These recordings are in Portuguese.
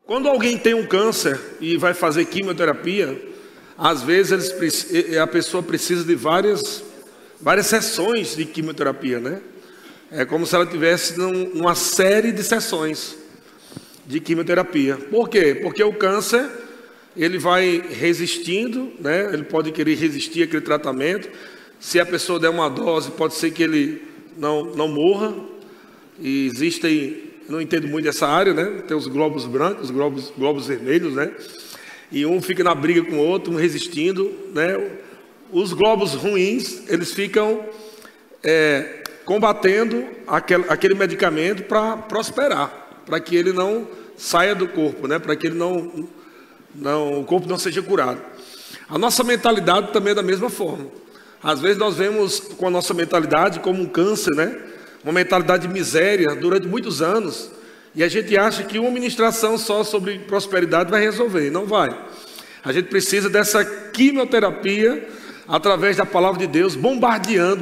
Quando alguém tem um câncer e vai fazer quimioterapia, às vezes a pessoa precisa de várias sessões de quimioterapia, né? É como se ela tivesse numa série de sessões de quimioterapia. Por quê? Porque o câncer, ele vai resistindo, né? Ele pode querer resistir àquele tratamento. Se a pessoa der uma dose, pode ser que ele não morra. E existem, não entendo muito dessa área, né? Tem os glóbulos brancos, os glóbulos vermelhos, né? E um fica na briga com o outro, um resistindo, né? Os glóbulos ruins, eles ficam combatendo aquele medicamento para prosperar, para que ele não saia do corpo, né? Para que ele o corpo não seja curado. A nossa mentalidade também é da mesma forma. Às vezes nós vemos com a nossa mentalidade como um câncer, né? Uma mentalidade de miséria durante muitos anos, e a gente acha que uma ministração só sobre prosperidade vai resolver. Não vai. A gente precisa dessa quimioterapia através da palavra de Deus, bombardeando,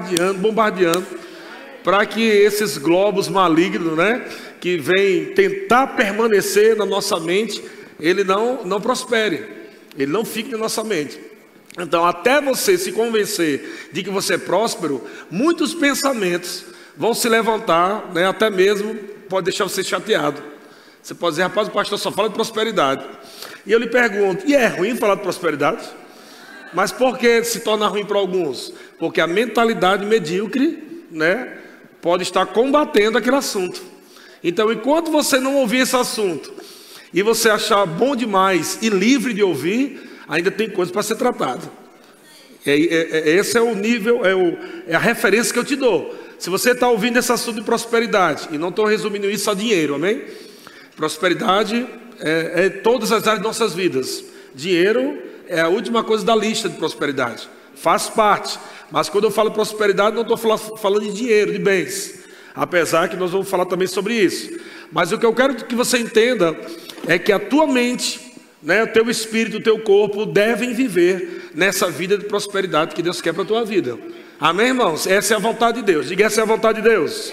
para que esses globos malignos, né, que vêm tentar permanecer na nossa mente, ele não prospere, ele não fique na nossa mente. Então, até você se convencer de que você é próspero, muitos pensamentos vão se levantar, né, até mesmo pode deixar você chateado. Você pode dizer: rapaz, o pastor só fala de prosperidade. E eu lhe pergunto: e é ruim falar de prosperidade? Mas por que se torna ruim para alguns? Porque a mentalidade medíocre, né, pode estar combatendo aquele assunto. Então, enquanto você não ouvir esse assunto e você achar bom demais e livre de ouvir, ainda tem coisa para ser tratada. Esse é o nível, é a referência que eu te dou. Se você está ouvindo esse assunto de prosperidade, e não estou resumindo isso a dinheiro, amém? Prosperidade é todas as áreas de nossas vidas. Dinheiro é a última coisa da lista de prosperidade, faz parte. Mas quando eu falo prosperidade, não estou falando de dinheiro, de bens, apesar que nós vamos falar também sobre isso. Mas o que eu quero que você entenda é que a tua mente, né, o teu espírito, o teu corpo devem viver nessa vida de prosperidade que Deus quer para a tua vida. Amém, irmãos? Essa é a vontade de Deus. Diga: essa é a vontade de Deus.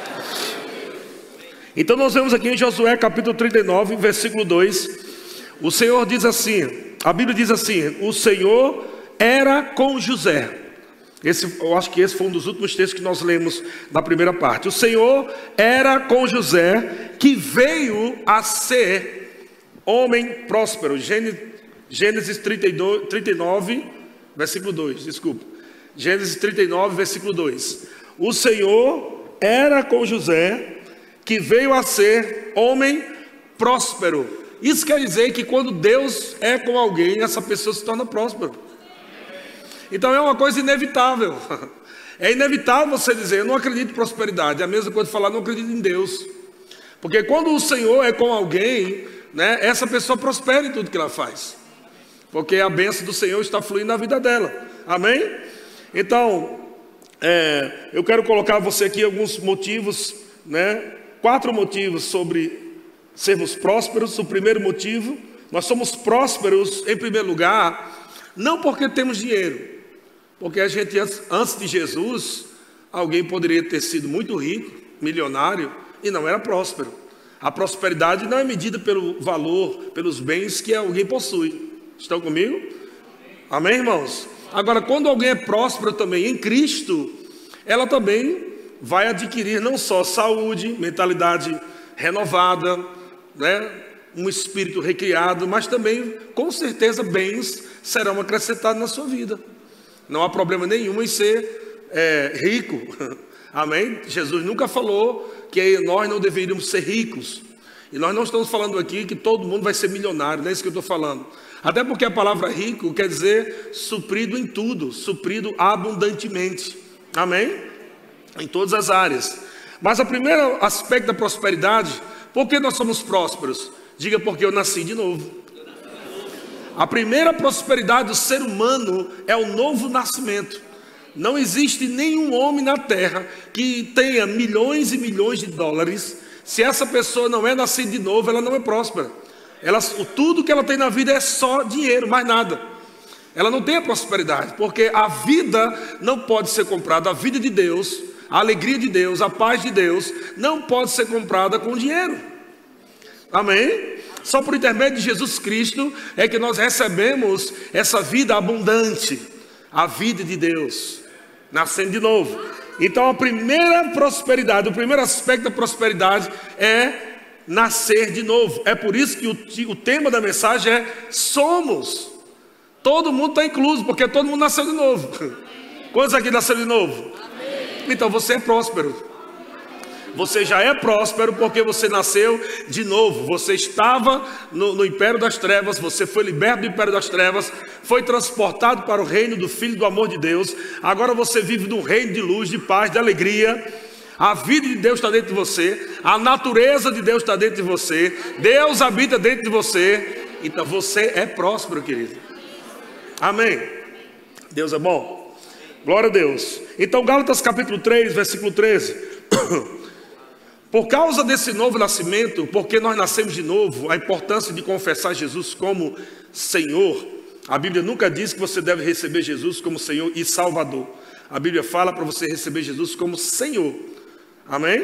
Então nós vemos aqui em Josué capítulo 39, versículo 2. O Senhor diz assim, a Bíblia diz assim: o Senhor era com José. Eu acho que esse foi um dos últimos textos que nós lemos na primeira parte. O Senhor era com José, que veio a ser homem próspero. Gênesis 39, versículo 2, desculpa. Gênesis 39, versículo 2. O Senhor era com José, que veio a ser homem próspero. Isso quer dizer que quando Deus é com alguém, essa pessoa se torna próspera. Então é uma coisa inevitável. É inevitável você dizer: eu não acredito em prosperidade. É a mesma coisa falar: não acredito em Deus. Porque quando o Senhor é com alguém, né, essa pessoa prospera em tudo que ela faz, porque a bênção do Senhor está fluindo na vida dela. Amém? Então, eu quero colocar a você aqui alguns motivos, né? 4 motivos sobre sermos prósperos. O primeiro motivo: nós somos prósperos em primeiro lugar, não porque temos dinheiro, porque a gente antes de Jesus, alguém poderia ter sido muito rico, milionário, e não era próspero. A prosperidade não é medida pelo valor, pelos bens que alguém possui. Estão comigo? Amém, irmãos? Agora, quando alguém é próspero também em Cristo, ela também vai adquirir não só saúde, mentalidade renovada, né, um espírito recriado, mas também, com certeza, bens serão acrescentados na sua vida. Não há problema nenhum em ser rico. Amém? Jesus nunca falou que nós não deveríamos ser ricos. E nós não estamos falando aqui que todo mundo vai ser milionário, não é isso que eu estou falando. Até porque a palavra rico quer dizer suprido em tudo, suprido abundantemente. Amém? Em todas as áreas. Mas o primeiro aspecto da prosperidade: por que nós somos prósperos? Diga: porque eu nasci de novo. A primeira prosperidade do ser humano é o novo nascimento. Não existe nenhum homem na terra que tenha milhões e milhões de dólares. Se essa pessoa não é nascida de novo, ela não é próspera. Tudo que ela tem na vida é só dinheiro, mais nada. Ela não tem a prosperidade, porque a vida não pode ser comprada. A vida de Deus, a alegria de Deus, a paz de Deus não pode ser comprada com dinheiro. Amém? Só por intermédio de Jesus Cristo é que nós recebemos essa vida abundante, a vida de Deus, nascendo de novo. Então a primeira prosperidade, o primeiro aspecto da prosperidade é nascer de novo. É por isso que o tema da mensagem é somos. Todo mundo está incluso, porque todo mundo nasceu de novo. Quantos aqui nasceram de novo? Então você é próspero. Você já é próspero porque você nasceu de novo. Você estava no império das trevas, você foi liberto do império das trevas, foi transportado para o reino do Filho do amor de Deus. Agora você vive num reino de luz, de paz, de alegria. A vida de Deus está dentro de você, a natureza de Deus está dentro de você, Deus habita dentro de você. Então você é próspero, querido. Amém. Deus é bom. Glória a Deus. Então Gálatas capítulo 3, versículo 13. Por causa desse novo nascimento, porque nós nascemos de novo, a importância de confessar Jesus como Senhor. A Bíblia nunca diz que você deve receber Jesus como Senhor e Salvador. A Bíblia fala para você receber Jesus como Senhor. Amém?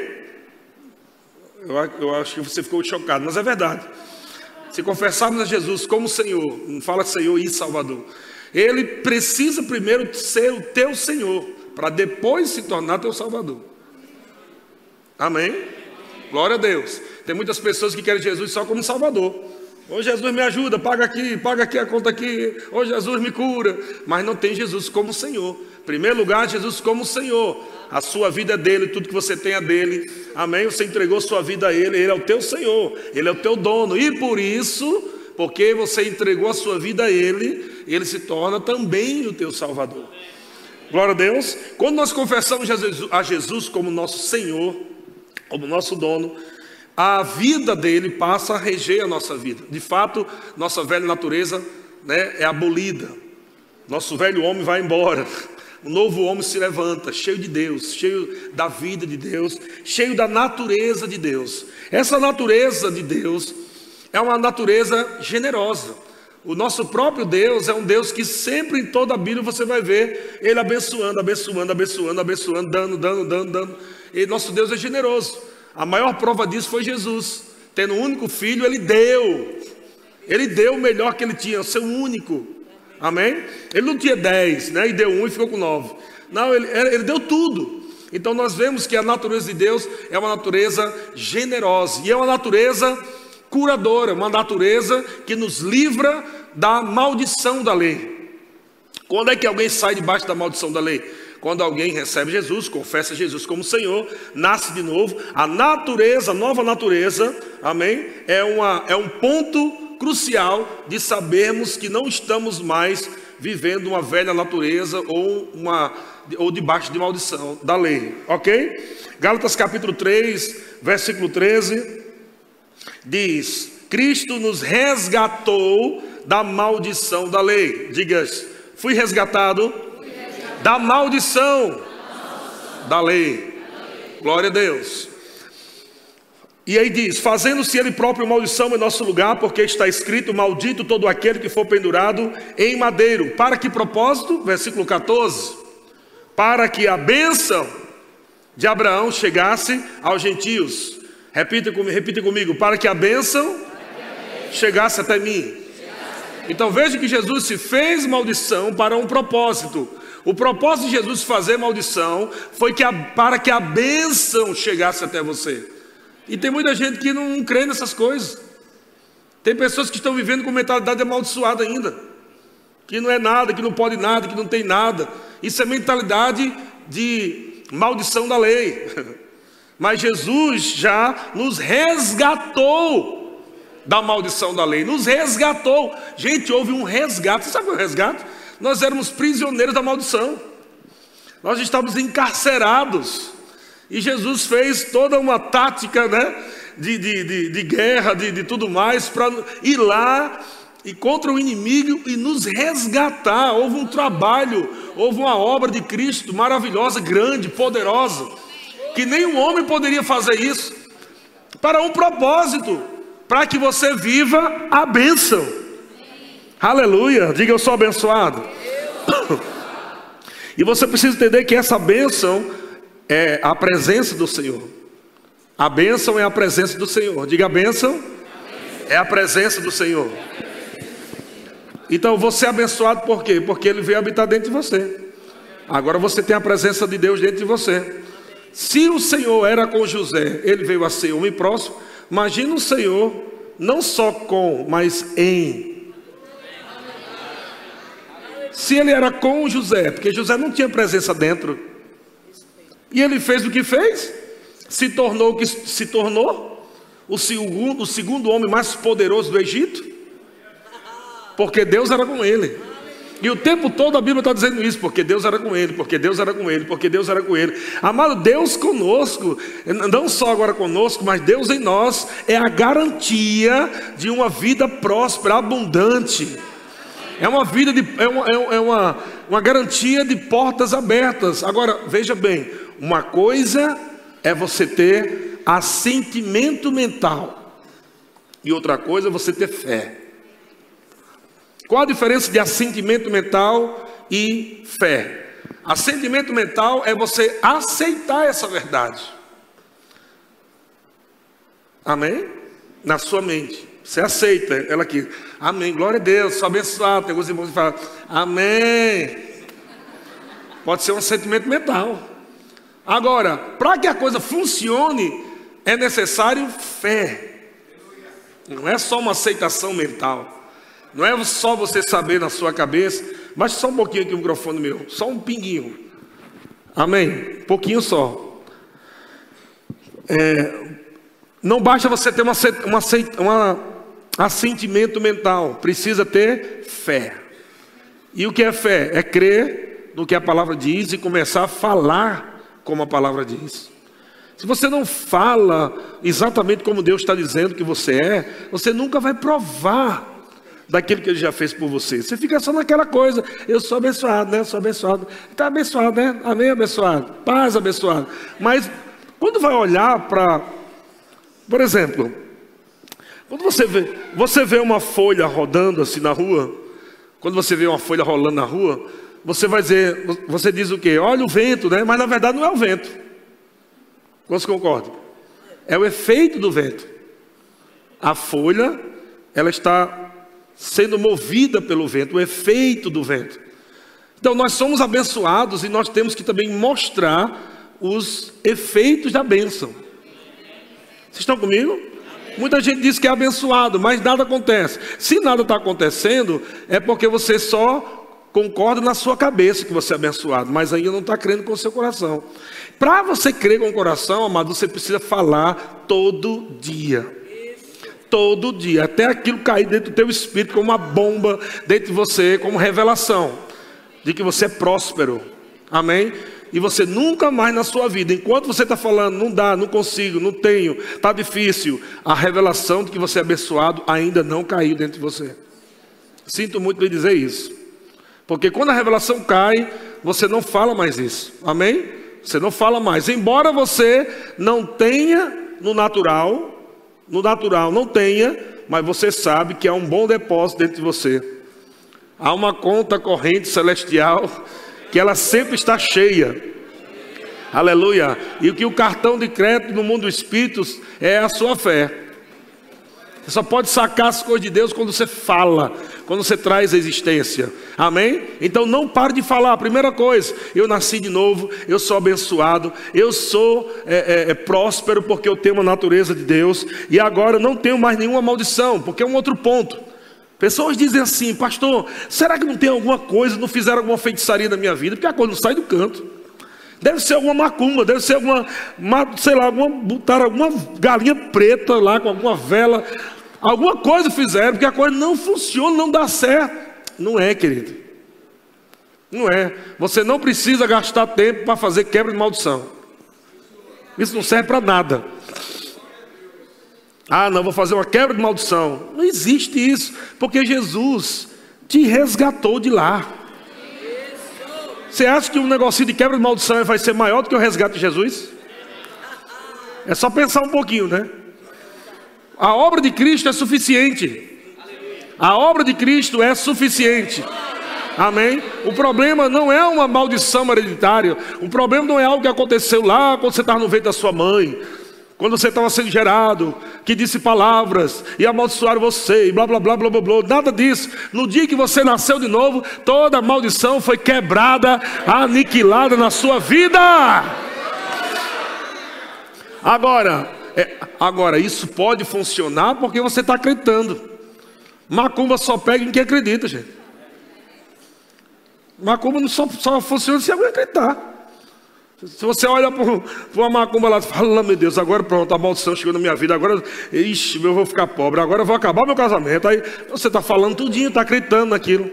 Eu acho que você ficou chocado, mas é verdade. Se confessarmos a Jesus como Senhor, não fala Senhor e Salvador, Ele precisa primeiro ser o teu Senhor, para depois se tornar teu Salvador. Amém? Glória a Deus. Tem muitas pessoas que querem Jesus só como Salvador. Ô Jesus me ajuda, paga aqui a conta aqui. Ô Jesus me cura. Mas não tem Jesus como Senhor. Em primeiro lugar, Jesus como Senhor. A sua vida é dele, tudo que você tem é dele. Amém? Você entregou sua vida a ele, ele é o teu Senhor, ele é o teu dono. E por isso, porque você entregou a sua vida a ele, ele se torna também o teu Salvador. Glória a Deus. Quando nós confessamos a Jesus como nosso Senhor, como nosso dono, a vida dele passa a reger a nossa vida. De fato, nossa velha natureza, né, é abolida. Nosso velho homem vai embora. O novo homem se levanta, cheio de Deus, cheio da vida de Deus, cheio da natureza de Deus. Essa natureza de Deus é uma natureza generosa. O nosso próprio Deus é um Deus que sempre em toda a Bíblia você vai ver Ele abençoando, dando. E nosso Deus é generoso. A maior prova disso foi Jesus. Tendo um único filho, Ele deu. Ele deu o melhor que Ele tinha, o seu único. Amém? Ele não tinha 10, né? E deu 1 e ficou com 9. Não, ele deu tudo. Então nós vemos que a natureza de Deus é uma natureza generosa. E é uma natureza curadora, uma natureza que nos livra da maldição da lei. Quando é que alguém sai debaixo da maldição da lei? Quando alguém recebe Jesus, confessa Jesus como Senhor, nasce de novo, a natureza, a nova natureza, amém? É um ponto crucial de sabermos que não estamos mais vivendo uma velha natureza ou debaixo de maldição da lei, ok? Gálatas capítulo 3, versículo 13, diz: Cristo nos resgatou da maldição da lei. Diga, fui resgatado da maldição da lei. Glória a Deus. E aí diz: fazendo-se ele próprio maldição em nosso lugar, porque está escrito: maldito todo aquele que for pendurado em madeiro. Para que propósito? Versículo 14: para que a bênção de Abraão chegasse aos gentios. Repita comigo: para que a bênção chegasse até mim. Então veja que Jesus se fez maldição para um propósito. O propósito de Jesus fazer maldição foi para que a bênção chegasse até você. E tem muita gente que não crê nessas coisas. Tem pessoas que estão vivendo com mentalidade amaldiçoada ainda, que não é nada, que não pode nada, que não tem nada. Isso é mentalidade de maldição da lei. Mas Jesus já nos resgatou da maldição da lei. Nos resgatou. Gente, houve um resgate. Você sabe o que é o resgate? Nós éramos prisioneiros da maldição. Nós estávamos encarcerados. E Jesus fez toda uma tática, né, de guerra, de tudo mais, para ir lá e contra o inimigo e nos resgatar. Houve um trabalho, houve uma obra de Cristo maravilhosa, grande, poderosa, que nenhum homem poderia fazer isso, para um propósito, para que você viva a bênção. Aleluia, diga: eu sou abençoado. E você precisa entender que essa bênção é a presença do Senhor. A bênção é a presença do Senhor. Diga: a bênção É a presença do Senhor. Então você é abençoado por quê? Porque Ele veio habitar dentro de você. Agora você tem a presença de Deus dentro de você. Se o Senhor era com José, Ele veio a ser homem próximo. Imagina o Senhor, não só com, mas em. Se Ele era com José, porque José não tinha presença dentro. E Ele fez o que fez. Se tornou o que se tornou. O segundo homem mais poderoso do Egito. Porque Deus era com ele. E o tempo todo a Bíblia está dizendo isso. Porque Deus era com ele, porque Deus era com ele, porque Deus era com ele. Amado, Deus conosco, não só agora conosco, mas Deus em nós, é a garantia de uma vida próspera, abundante. É uma vida uma garantia de portas abertas. Agora, veja bem, uma coisa é você ter assentimento mental. E outra coisa é você ter fé. Qual a diferença de assentimento mental e fé? Assentimento mental é você aceitar essa verdade. Amém? Na sua mente. Você aceita ela aqui. Amém. Glória a Deus. Sou abençoado. Tem alguns irmãos que falam amém. Pode ser um assentimento mental. Agora, para que a coisa funcione, é necessário fé. Não é só uma aceitação mental. Não é só você saber na sua cabeça. Baixa só um pouquinho aqui o microfone meu. Só um pinguinho. Amém? Um pouquinho só. Não basta você ter um assentimento mental. Precisa ter fé. E o que é fé? É crer no que a palavra diz e começar a falar como a palavra diz. Se você não fala exatamente como Deus está dizendo que você é, você nunca vai provar daquilo que Ele já fez por você. Você fica só naquela coisa. Eu sou abençoado, né? Eu sou abençoado. Está abençoado, né? Amém, abençoado. Paz, abençoado. Mas quando vai olhar para... Por exemplo, quando você vê uma folha rodando assim na rua, quando você vê uma folha rolando na rua, você diz o quê? Olha o vento, né? Mas na verdade não é o vento. Você concorda? É o efeito do vento. A folha, ela está sendo movida pelo vento, o efeito do vento. Então nós somos abençoados e nós temos que também mostrar os efeitos da bênção. Vocês estão comigo? Muita gente diz que é abençoado, mas nada acontece. Se nada está acontecendo, é porque você só concorda na sua cabeça que você é abençoado, mas ainda não está crendo com o seu coração. Para você crer com o coração, amado, você precisa falar todo dia. Todo dia, até aquilo cair dentro do teu espírito como uma bomba dentro de você, como revelação de que você é próspero. Amém? E você nunca mais na sua vida, enquanto você está falando, não dá, não consigo, não tenho, está difícil, a revelação de que você é abençoado ainda não caiu dentro de você. Sinto muito lhe dizer isso. Porque quando a revelação cai, você não fala mais isso. Amém? Você não fala mais. Embora você não tenha no natural não tenha, mas você sabe que há um bom depósito dentro de você. Há uma conta corrente celestial que ela sempre está cheia. Aleluia. E o que o cartão de crédito no mundo dos espíritos é a sua fé. Você só pode sacar as coisas de Deus quando você fala, quando você traz a existência. Amém? Então não pare de falar. Primeira coisa, eu nasci de novo, eu sou abençoado, eu sou próspero porque eu tenho uma natureza de Deus. E agora eu não tenho mais nenhuma maldição, porque é um outro ponto. Pessoas dizem assim, pastor, será que não tem alguma coisa, não fizeram alguma feitiçaria na minha vida? Porque a coisa não sai do canto. Deve ser alguma macumba, deve ser botaram alguma galinha preta lá com alguma vela. Alguma coisa fizeram, porque a coisa não funciona, não dá certo. Não é, querido. Não é. Você não precisa gastar tempo para fazer quebra de maldição. Isso não serve para nada. Ah, não, vou fazer uma quebra de maldição. Não existe isso, porque Jesus te resgatou de lá. Você acha que um negocinho de quebra de maldição vai ser maior do que o resgate de Jesus? É só pensar um pouquinho, né? A obra de Cristo é suficiente. A obra de Cristo é suficiente. Amém? O problema não é uma maldição hereditária. O problema não é algo que aconteceu lá quando você estava no ventre da sua mãe. quando você estava sendo gerado, que disse palavras e amaldiçoaram você, e blá, blá, blá, blá, blá, blá, nada disso. No dia que você nasceu de novo, toda maldição foi quebrada, aniquilada na sua vida. Agora, isso pode funcionar porque você está acreditando. Macumba só pega em quem acredita, gente. Macumba não só funciona se alguém acreditar. Se você olha para uma macumba lá e fala, meu Deus, agora pronto, a maldição chegou na minha vida, agora, ixi, eu vou ficar pobre, agora eu vou acabar meu casamento. Aí você está falando tudinho, está acreditando naquilo.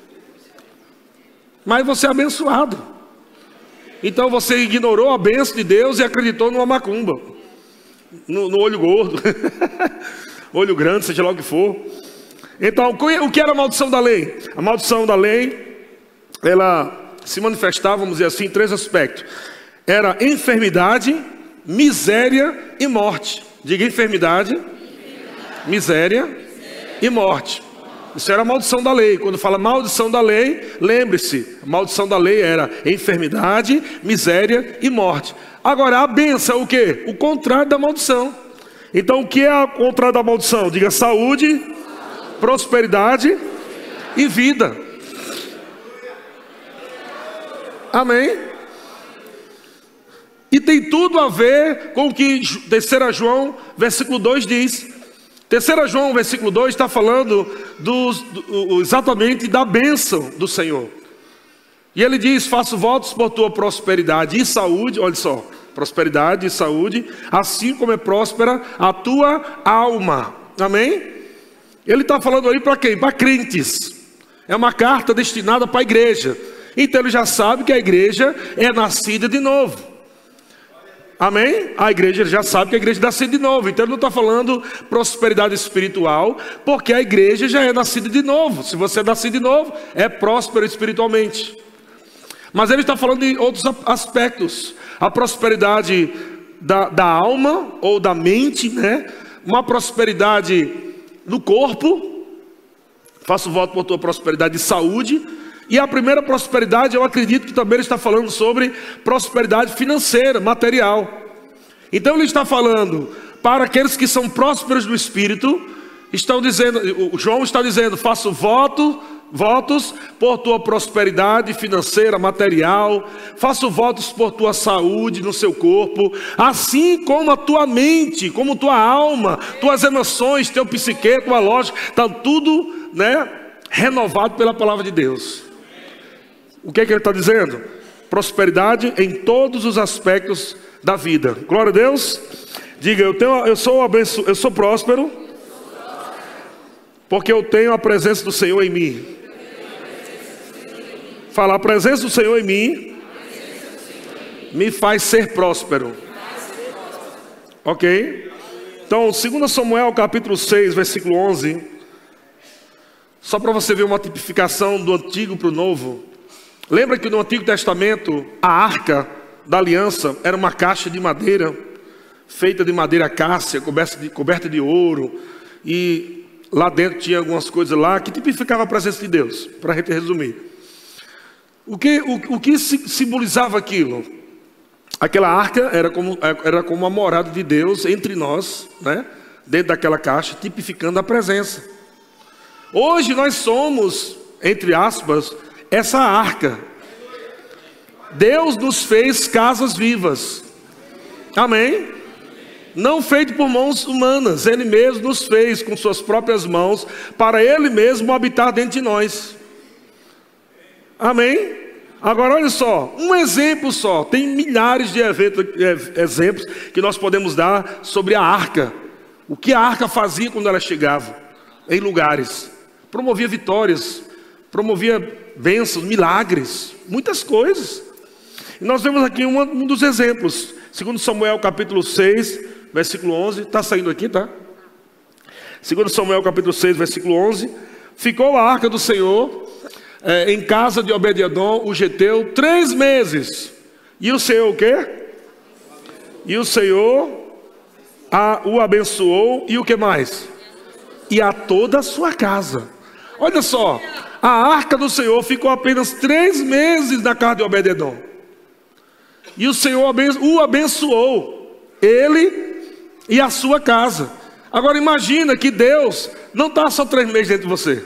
Mas você é abençoado. Então você ignorou a bênção de Deus e acreditou numa macumba. No olho gordo, olho grande, seja lá o que for. Então, o que era a maldição da lei? A maldição da lei, ela se manifestava, vamos dizer assim, em 3 aspectos. Era enfermidade, miséria e morte. Diga enfermidade, miséria e morte. Isso era a maldição da lei. Quando fala maldição da lei, lembre-se, a maldição da lei era enfermidade, miséria e morte. Agora, a bênção é o quê? O contrário da maldição. Então, o que é o contrário da maldição? Diga saúde, prosperidade e vida. Amém? E tem tudo a ver com o que 3 João, versículo 2 diz. 3 João, versículo 2, está falando exatamente da bênção do Senhor. E ele diz, faço votos por tua prosperidade e saúde, olha só, prosperidade e saúde, assim como é próspera a tua alma. Amém? Ele está falando aí para quem? Para crentes. É uma carta destinada para a igreja. Então ele já sabe que a igreja é nascida de novo. Amém? A igreja já sabe que a igreja é nascida de novo. Então ele não está falando prosperidade espiritual, porque a igreja já é nascida de novo. Se você é nascido de novo, é próspero espiritualmente. Mas ele está falando de outros aspectos. A prosperidade da alma ou da mente, né? Uma prosperidade no corpo. Faço voto por tua prosperidade de saúde. E a primeira prosperidade, eu acredito que também ele está falando sobre prosperidade financeira, material. Então ele está falando para aqueles que são prósperos no espírito, estão dizendo, o João está dizendo, faço votos por tua prosperidade financeira, material, faço votos por tua saúde no seu corpo, assim como a tua mente, como tua alma, tuas emoções, teu psique, tua lógica, está tudo, né, renovado pela palavra de Deus. O que é que ele está dizendo? Prosperidade em todos os aspectos da vida. Glória a Deus. Diga, eu sou próspero, porque eu tenho a presença do Senhor em mim. Fala, a presença do Senhor em mim me faz ser próspero. Ok? Então, 2 Samuel capítulo 6, versículo 11. Só para você ver uma tipificação do antigo para o novo. Lembra que no Antigo Testamento a arca da aliança era uma caixa de madeira, feita de madeira cássia, coberta de ouro, e lá dentro tinha algumas coisas lá que tipificavam a presença de Deus, para a gente resumir. O que simbolizava aquilo? Aquela arca era como a morada de Deus entre nós, né? Dentro daquela caixa, tipificando a presença. Hoje nós somos, entre aspas, essa arca. Deus nos fez casas vivas. Amém? Não feito por mãos humanas. Ele mesmo nos fez com suas próprias mãos, para Ele mesmo habitar dentro de nós. Amém? Agora olha só, um exemplo só. Tem milhares de exemplos que nós podemos dar sobre a arca. O que a arca fazia quando ela chegava em lugares? Promovia vitórias, promovia bênçãos, milagres, muitas coisas. E nós vemos aqui um dos exemplos. 2 Samuel capítulo 6, versículo 11. Está saindo aqui, tá? 2 Samuel capítulo 6, versículo 11. Ficou a arca do Senhor em casa de Obed-edom, o geteu, 3 meses. E o Senhor o quê? E o Senhor o abençoou. E o que mais? E a toda a sua casa. Olha só, a arca do Senhor ficou apenas 3 meses na casa de Obed-edom. E o Senhor o abençoou, ele e a sua casa. Agora imagina que Deus não está só 3 meses dentro de você.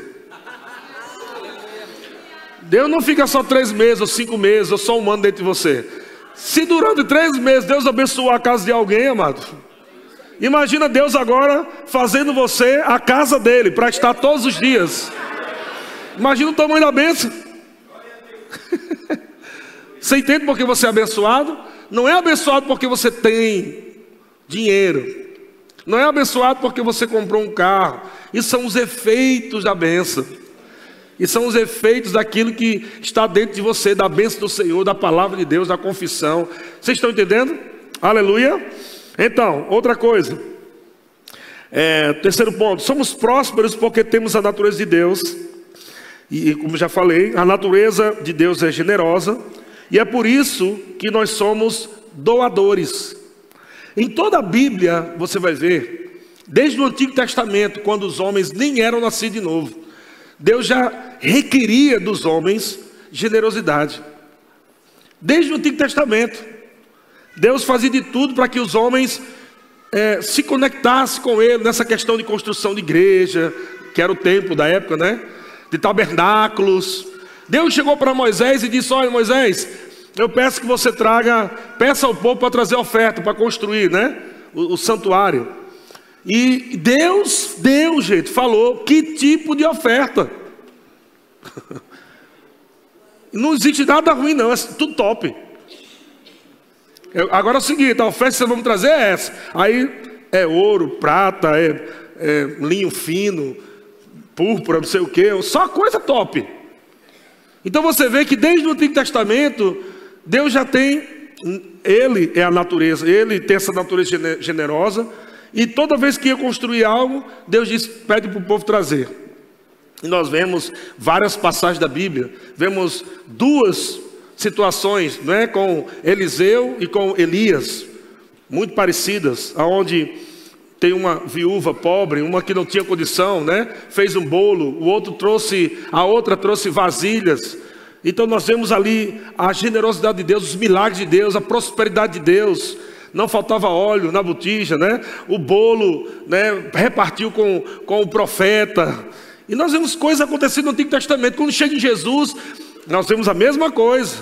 Deus não fica só 3 meses, ou 5 meses, ou só 1 ano dentro de você. Se durante 3 meses Deus abençoar a casa de alguém, amado, imagina Deus agora fazendo você a casa dele, para estar todos os dias. Imagina o tamanho da bênção. Você entende por que você é abençoado? Não é abençoado porque você tem dinheiro. Não é abençoado porque você comprou um carro. Isso são os efeitos da bênção. E são os efeitos daquilo que está dentro de você, da bênção do Senhor, da palavra de Deus, da confissão. Vocês estão entendendo? Aleluia. Então, outra coisa. Terceiro ponto. Somos prósperos porque temos a natureza de Deus. E como já falei, a natureza de Deus é generosa. E é por isso que nós somos doadores. Em toda a Bíblia, você vai ver, desde o Antigo Testamento, quando os homens nem eram nascidos de novo, Deus já requeria dos homens generosidade. Desde o Antigo Testamento, Deus fazia de tudo para que os homens se conectassem com Ele, nessa questão de construção de igreja, que era o templo da época, né? De tabernáculos. Deus chegou para Moisés e disse: olha, Moisés, eu peço que você peça ao povo para trazer oferta, para construir, né? O santuário. E Deus, gente, falou que tipo de oferta. Não existe nada ruim não, é tudo top. Agora é o seguinte, a oferta que vocês vão trazer é essa. Aí é ouro, prata, linho fino, púrpura, não sei o que, só coisa top. Então você vê que desde o Antigo Testamento, Deus já tem, Ele é a natureza, Ele tem essa natureza generosa. E toda vez que ia construir algo, Deus pede para o povo trazer. E nós vemos várias passagens da Bíblia. Vemos 2 situações, não é, com Eliseu e com Elias, muito parecidas, onde tem uma viúva pobre, uma que não tinha condição, né? Fez um bolo, a outra trouxe vasilhas. Então nós vemos ali a generosidade de Deus, os milagres de Deus, a prosperidade de Deus. Não faltava óleo na botija, né? O bolo, né, repartiu com o profeta. E nós vemos coisas acontecendo no Antigo Testamento. Quando chega em Jesus, nós vemos a mesma coisa.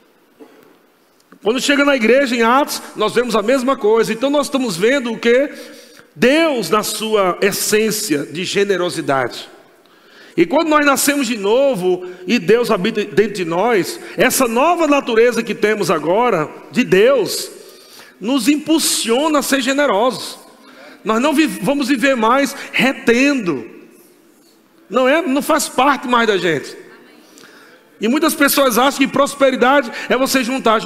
Quando chega na igreja, em Atos, nós vemos a mesma coisa. Então nós estamos vendo o que? Deus na sua essência de generosidade. E quando nós nascemos de novo e Deus habita dentro de nós, essa nova natureza que temos agora, de Deus, nos impulsiona a ser generosos. Nós não vamos viver mais retendo. Não faz parte mais da gente. E muitas pessoas acham que prosperidade é você juntar.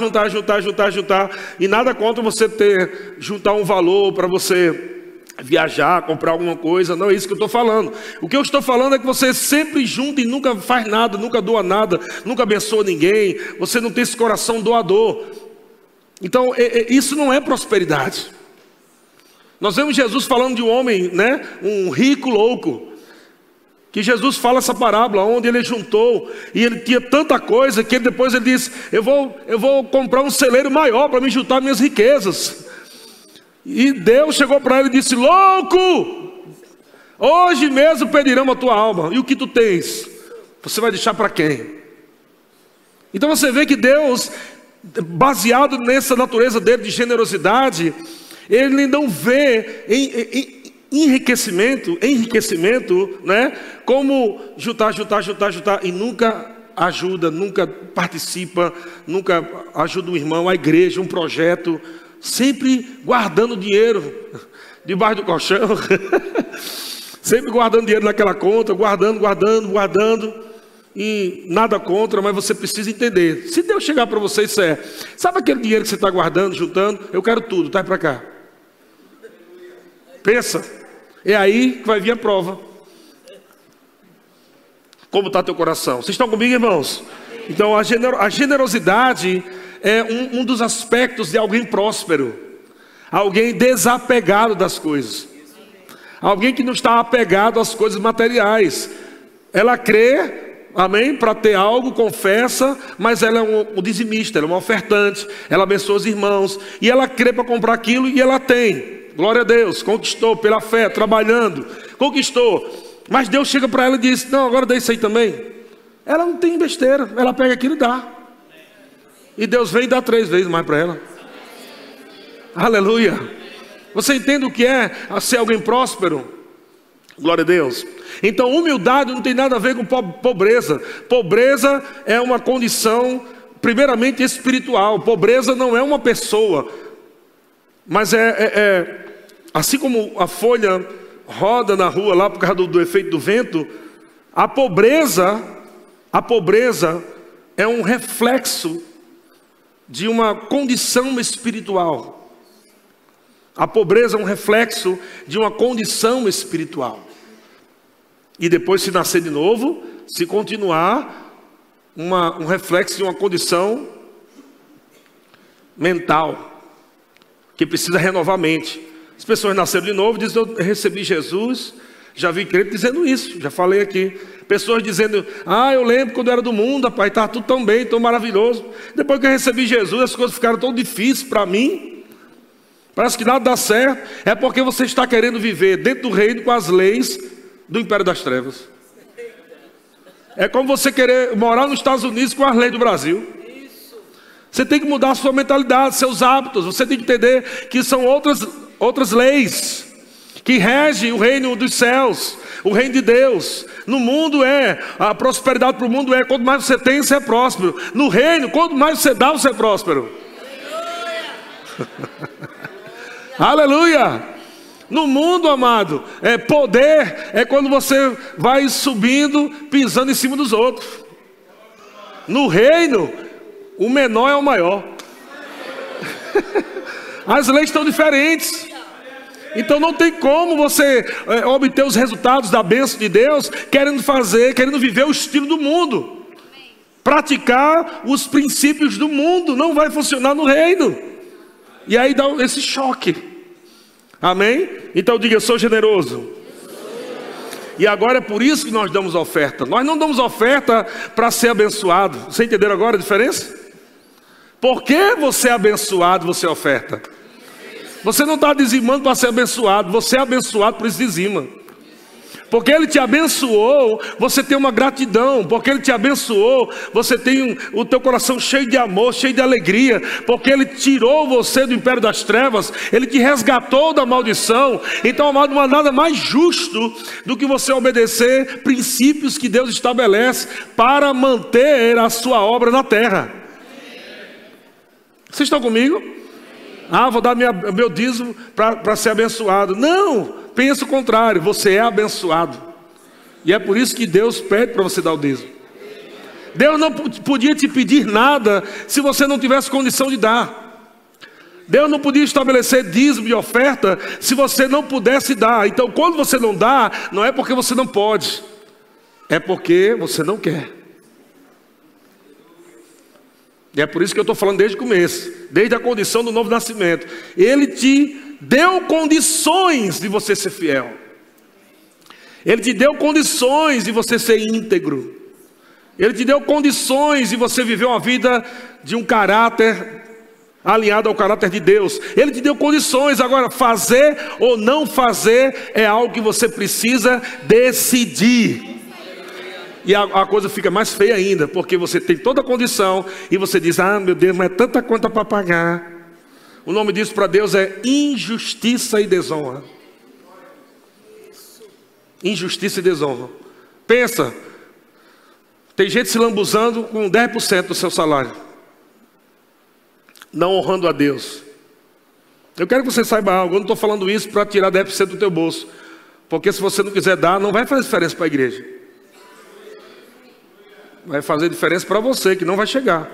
E nada contra você juntar um valor para você viajar, comprar alguma coisa. Não é isso que eu estou falando. O que eu estou falando é que você sempre junta e nunca faz nada, nunca doa nada, nunca abençoa ninguém. Você não tem esse coração doador. Então isso não é prosperidade. Nós vemos Jesus falando de um homem, né, um rico louco, que Jesus fala essa parábola onde ele juntou e ele tinha tanta coisa que depois ele disse: eu vou comprar um celeiro maior para me juntar minhas riquezas. E Deus chegou para ele e disse: louco, hoje mesmo pedirão a tua alma, e o que tu tens você vai deixar para quem? Então você vê que Deus, baseado nessa natureza dele de generosidade, ele não vê enriquecimento, né, como juntar e nunca ajuda, nunca participa, nunca ajuda um irmão, a igreja, um projeto, sempre guardando dinheiro debaixo do colchão, sempre guardando dinheiro naquela conta, guardando, e nada contra, mas você precisa entender, se Deus chegar para você e disser: sabe aquele dinheiro que você está guardando, juntando, eu quero tudo, traz para cá. Pensa, é aí que vai vir a prova. Como está teu coração? Vocês estão comigo, irmãos? Então a generosidade é um dos aspectos de alguém próspero, alguém desapegado das coisas, alguém que não está apegado às coisas materiais. Ela crê, amém, para ter algo, confessa, mas ela é um dizimista, ela é uma ofertante, ela abençoa os irmãos, e ela crê para comprar aquilo e ela tem. Glória a Deus, conquistou pela fé, trabalhando, conquistou. Mas Deus chega para ela e diz: não, agora dá isso aí também. Ela não tem besteira, ela pega aquilo e dá. E Deus vem e dá 3 vezes mais para ela. Aleluia. Você entende o que é ser alguém próspero? Glória a Deus. Então humildade não tem nada a ver com pobreza. Pobreza é uma condição primeiramente espiritual. Pobreza não é uma pessoa. Mas assim como a folha roda na rua lá por causa do efeito do vento, a pobreza é um reflexo de uma condição espiritual. A pobreza é um reflexo de uma condição espiritual. E depois, se nascer de novo, se continuar, um reflexo de uma condição mental, que precisa renovar a mente. As pessoas nasceram de novo, dizem: eu recebi Jesus. Já vi crente dizendo isso, já falei aqui. Pessoas dizendo: eu lembro quando eu era do mundo, rapaz, estava tudo tão bem, tão maravilhoso. Depois que eu recebi Jesus, as coisas ficaram tão difíceis para mim. Parece que nada dá certo. É porque você está querendo viver dentro do reino com as leis do império das trevas. É como você querer morar nos Estados Unidos com as leis do Brasil. Você tem que mudar a sua mentalidade, seus hábitos. Você tem que entender que são outras leis que regem o reino dos céus, o reino de Deus. No mundo a prosperidade para o mundo quanto mais você tem, você é próspero. No reino, quanto mais você dá, você é próspero. Aleluia! No mundo, amado, poder é quando você vai subindo, pisando em cima dos outros. No reino, o menor é o maior. As leis estão diferentes. Então não tem como você obter os resultados da bênção de Deus querendo viver o estilo do mundo. Praticar os princípios do mundo não vai funcionar no reino. E aí dá esse choque. Amém? Então diga: eu sou generoso. E agora é por isso que nós damos oferta. Nós não damos oferta para ser abençoado. Vocês entenderam agora a diferença? Porque você é abençoado, você oferta. Você não está dizimando para ser abençoado. Você é abençoado, por isso dizima. Porque Ele te abençoou, você tem uma gratidão. Porque Ele te abençoou, você tem o teu coração cheio de amor, cheio de alegria. Porque Ele tirou você do império das trevas, Ele te resgatou da maldição. Então, amado, não há nada mais justo do que você obedecer princípios que Deus estabelece para manter a sua obra na terra. Vocês estão comigo? Vou dar meu dízimo para ser abençoado. Não! Pensa o contrário, você é abençoado. E é por isso que Deus pede para você dar o dízimo. Deus não podia te pedir nada se você não tivesse condição de dar. Deus não podia estabelecer dízimo e oferta se você não pudesse dar. Então quando você não dá, não é porque você não pode, é porque você não quer. E é por isso que eu estou falando desde o começo, desde a condição do novo nascimento. Ele te deu condições de você ser fiel. Ele te deu condições de você ser íntegro. Ele te deu condições de você viver uma vida de um caráter alinhado ao caráter de Deus. Ele te deu condições. Agora, fazer ou não fazer é algo que você precisa decidir. E a coisa fica mais feia ainda, porque você tem toda a condição e você diz: meu Deus, mas é tanta conta para pagar. O nome disso para Deus é injustiça e desonra. Injustiça e desonra. Pensa, tem gente se lambuzando com 10% do seu salário, não honrando a Deus. Eu quero que você saiba algo. Eu não estou falando isso para tirar 10% do teu bolso, porque se você não quiser dar, não vai fazer diferença para a igreja. Vai fazer diferença para você, que não vai chegar.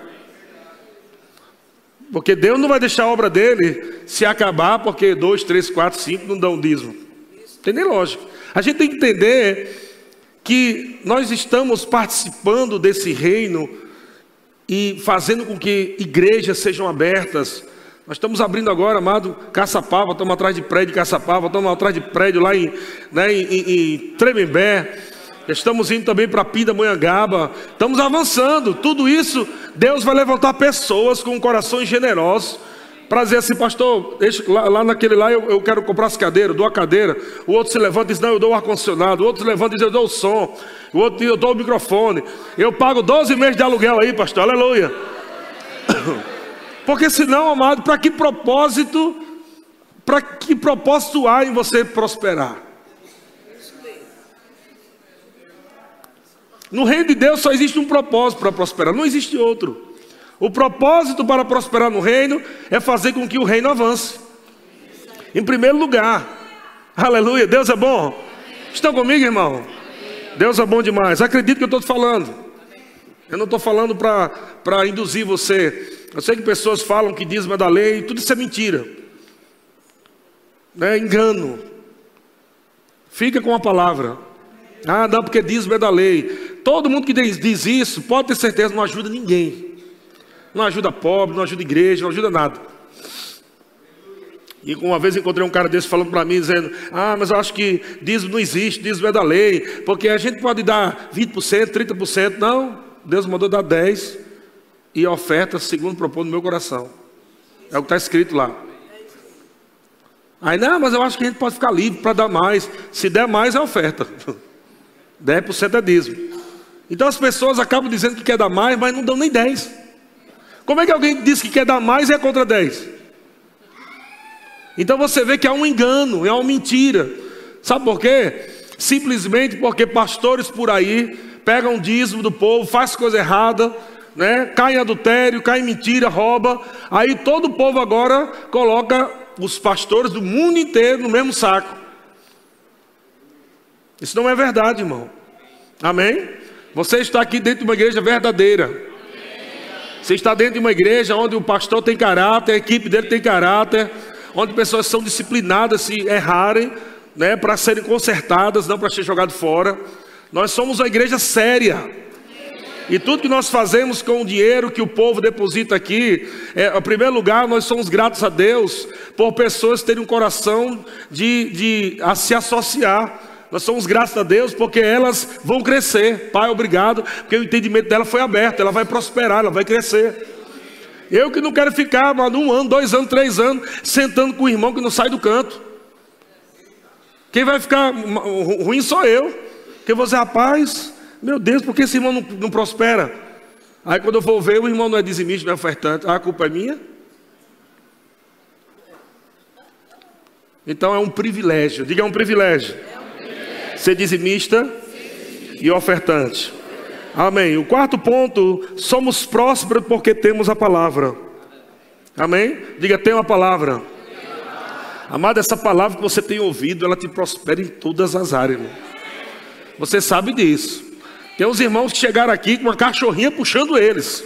Porque Deus não vai deixar a obra dele se acabar porque 2, 3, 4, 5 não dão dízimo. Não tem nem lógica. A gente tem que entender que nós estamos participando desse reino e fazendo com que igrejas sejam abertas. Nós estamos abrindo agora, amado, Caçapava, estamos atrás de prédio de Caçapava, estamos atrás de prédio lá em Tremembé. Estamos indo também para Pindamonhangaba. Estamos avançando. Tudo isso, Deus vai levantar pessoas com corações generosos para dizer assim, pastor, lá naquele lá eu quero comprar as cadeiras, eu dou a cadeira. O outro se levanta e diz, não, eu dou o ar-condicionado. O outro se levanta e diz, eu dou o som. O outro diz, eu dou o microfone. Eu pago 12 meses de aluguel aí, pastor, aleluia. Porque senão, amado, para que propósito há em você prosperar? No reino de Deus só existe um propósito para prosperar, não existe outro. O propósito para prosperar no reino é fazer com que o reino avance. Em primeiro lugar, aleluia, Deus é bom. Estão comigo, irmão? Deus é bom demais. Acredite que eu estou te falando. Eu não estou falando para induzir você. Eu sei que pessoas falam que dízimo é da lei, tudo isso é mentira. É engano. Fica com a palavra. Ah, não, porque dízimo é da lei. Todo mundo que diz isso, pode ter certeza, não ajuda ninguém. Não ajuda pobre, não ajuda igreja, não ajuda nada. E uma vez encontrei um cara desse falando para mim, dizendo, mas eu acho que dízimo não existe, dízimo é da lei, porque a gente pode dar 20%, 30%. Não, Deus mandou dar 10%, e a oferta segundo propôs no meu coração. É o que está escrito lá. Aí, não, mas eu acho que a gente pode ficar livre para dar mais. Se der mais, é oferta. 10% é dízimo. Então as pessoas acabam dizendo que quer dar mais, mas não dão nem 10. Como é que alguém diz que quer dar mais e é contra 10? Então você vê que há um engano, é uma mentira. Sabe por quê? Simplesmente porque pastores por aí pegam dízimo do povo, faz coisa errada, né? Cai em adultério, cai em mentira, rouba. Aí todo o povo agora coloca os pastores do mundo inteiro no mesmo saco. Isso não é verdade, irmão. Amém? Você está aqui dentro de uma igreja verdadeira. Você está dentro de uma igreja onde o pastor tem caráter, a equipe dele tem caráter, onde pessoas são disciplinadas se errarem, né, para serem consertadas, não para ser jogado fora. Nós somos uma igreja séria. E tudo que nós fazemos com o dinheiro que o povo deposita aqui, em primeiro lugar, nós somos gratos a Deus por pessoas terem um coração a se associar. Nós somos gratos a Deus porque elas vão crescer. Pai, obrigado, porque o entendimento dela foi aberto. Ela vai prosperar, ela vai crescer. Eu que não quero ficar 1 ano, 2 anos, 3 anos sentando com o irmão que não sai do canto. Quem vai ficar ruim sou eu. Porque você, rapaz, meu Deus, por que esse irmão não prospera? Aí quando eu vou ver, o irmão não é dizimista, não é ofertante. A culpa é minha? Então é um privilégio. Diga, é um privilégio. Ser dizimista e ofertante. Amém. O quarto ponto, somos prósperos porque temos a palavra. Amém? Diga, tem uma palavra. Amado, essa palavra que você tem ouvido, ela te prospera em todas as áreas, irmão. Você sabe disso. Tem uns irmãos que chegaram aqui com uma cachorrinha puxando eles.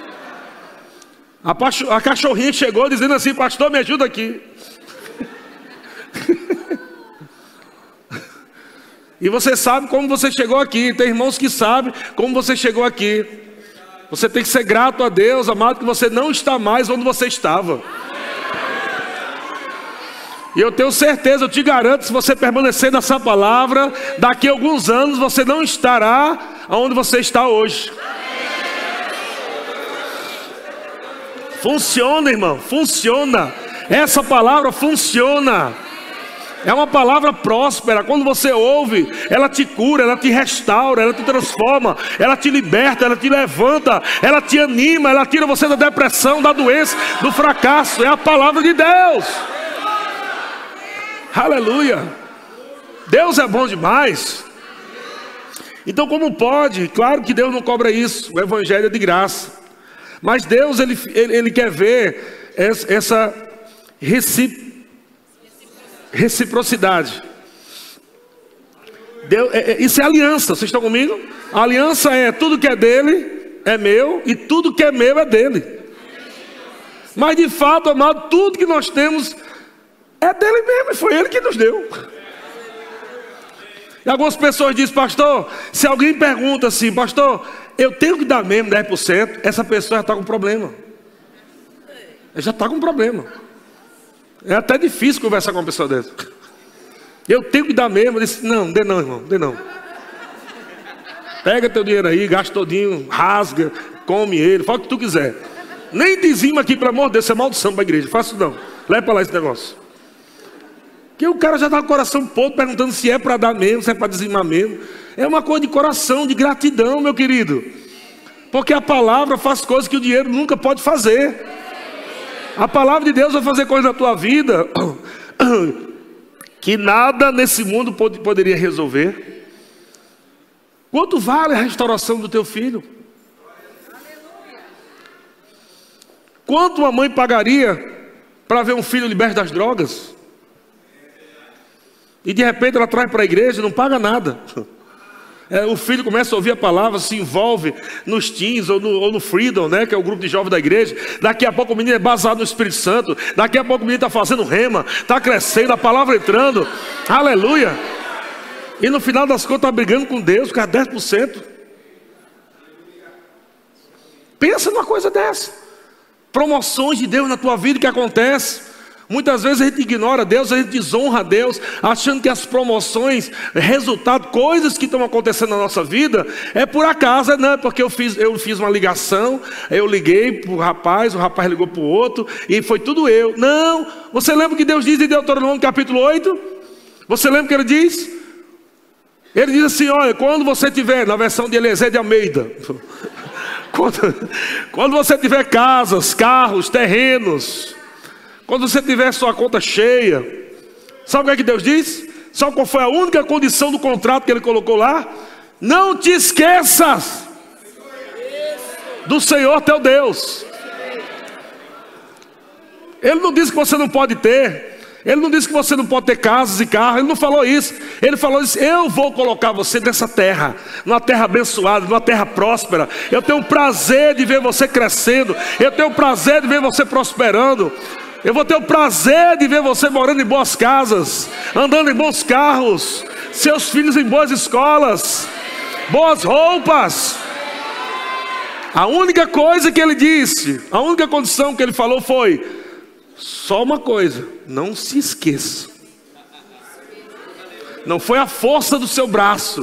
A cachorrinha chegou dizendo assim, pastor, me ajuda aqui. E você sabe como você chegou aqui. Tem irmãos que sabem como você chegou aqui. Você tem que ser grato a Deus, amado, que você não está mais onde você estava. E eu tenho certeza, eu te garanto, se você permanecer nessa palavra, daqui a alguns anos você não estará onde você está hoje. Funciona, irmão, funciona. Essa palavra funciona. É uma palavra próspera. Quando você ouve, ela te cura, ela te restaura, ela te transforma, ela te liberta, ela te levanta, ela te anima, ela tira você da depressão, da doença, do fracasso. É a palavra de Deus. Aleluia. Deus é bom demais. Então como pode? Claro que Deus não cobra isso. O evangelho é de graça. Mas Deus, ele quer ver essa reciprocidade. Deus, isso é aliança, vocês estão comigo? A aliança é tudo que é dele é meu e tudo que é meu é dele. Mas de fato, amado, tudo que nós temos é dele mesmo, e foi ele que nos deu. E algumas pessoas dizem, pastor, se alguém pergunta assim, pastor, eu tenho que dar mesmo 10%, essa pessoa já está com problema. Ela já está com problema. É até difícil conversar com uma pessoa dessa. Eu tenho que dar mesmo. Eu disse, não, dê não, irmão, dê não. Pega teu dinheiro aí, gasta todinho, rasga, come ele, fala o que tu quiser. Nem dizima aqui, pelo amor de Deus, isso é maldição para a igreja. Faço não. Leva para lá esse negócio. Que o cara já está com o coração podre perguntando se é para dar mesmo, se é para dizimar mesmo. É uma coisa de coração, de gratidão, meu querido. Porque a palavra faz coisas que o dinheiro nunca pode fazer. A palavra de Deus vai fazer coisas na tua vida que nada nesse mundo poderia resolver. Quanto vale a restauração do teu filho? Quanto uma mãe pagaria para ver um filho liberto das drogas? E de repente ela traz para a igreja e não paga nada. O filho começa a ouvir a palavra, se envolve nos teens ou no Freedom, né, que é o grupo de jovens da igreja. Daqui a pouco o menino é baseado no Espírito Santo. Daqui a pouco o menino está fazendo rema, está crescendo, a palavra entrando. Aleluia. E no final das contas está brigando com Deus, por causa de 10%. Pensa numa coisa dessa. Promoções de Deus na tua vida que acontece. Muitas vezes a gente ignora Deus, a gente desonra a Deus, achando que as promoções, resultado, coisas que estão acontecendo na nossa vida, é por acaso, não, porque eu fiz uma ligação, eu liguei para o rapaz ligou para o outro, e foi tudo eu. Não, você lembra o que Deus diz em Deuteronômio capítulo 8? Você lembra o que ele diz? Ele diz assim, olha, quando você tiver, na versão de Eliezer de Almeida, quando você tiver casas, carros, terrenos, quando você tiver sua conta cheia, sabe o que é que Deus diz? Sabe qual foi a única condição do contrato que ele colocou lá? Não te esqueças do Senhor teu Deus. Ele não disse que você não pode ter. Ele não disse que você não pode ter casas e carros. Ele não falou isso. Ele falou isso: eu vou colocar você nessa terra, numa terra abençoada, numa terra próspera. Eu tenho o prazer de ver você crescendo. Eu tenho o prazer de ver você prosperando. Eu vou ter o prazer de ver você morando em boas casas, andando em bons carros, seus filhos em boas escolas, boas roupas. A única coisa que ele disse, a única condição que ele falou foi: só uma coisa, não se esqueça. Não foi a força do seu braço.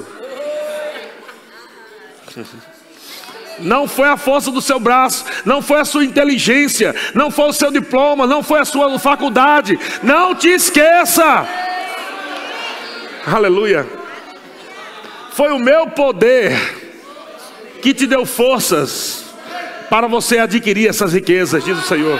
Não foi a força do seu braço, não foi a sua inteligência, não foi o seu diploma, não foi a sua faculdade. Não te esqueça. Aleluia. Foi o meu poder que te deu forças para você adquirir essas riquezas, diz o Senhor.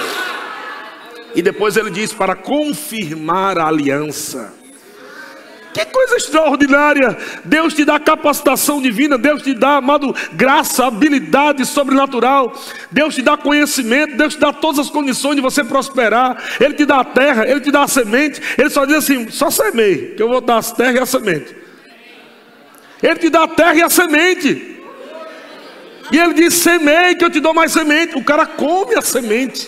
E depois ele diz: para confirmar a aliança. Que coisa extraordinária. Deus te dá capacitação divina. Deus te dá, amado, graça, habilidade sobrenatural. Deus te dá conhecimento. Deus te dá todas as condições de você prosperar. Ele te dá a terra, Ele te dá a semente. Ele só diz assim: só semeie, que eu vou dar a terra e a semente. Ele te dá a terra e a semente. E Ele diz: semeie, que eu te dou mais semente. O cara come a semente.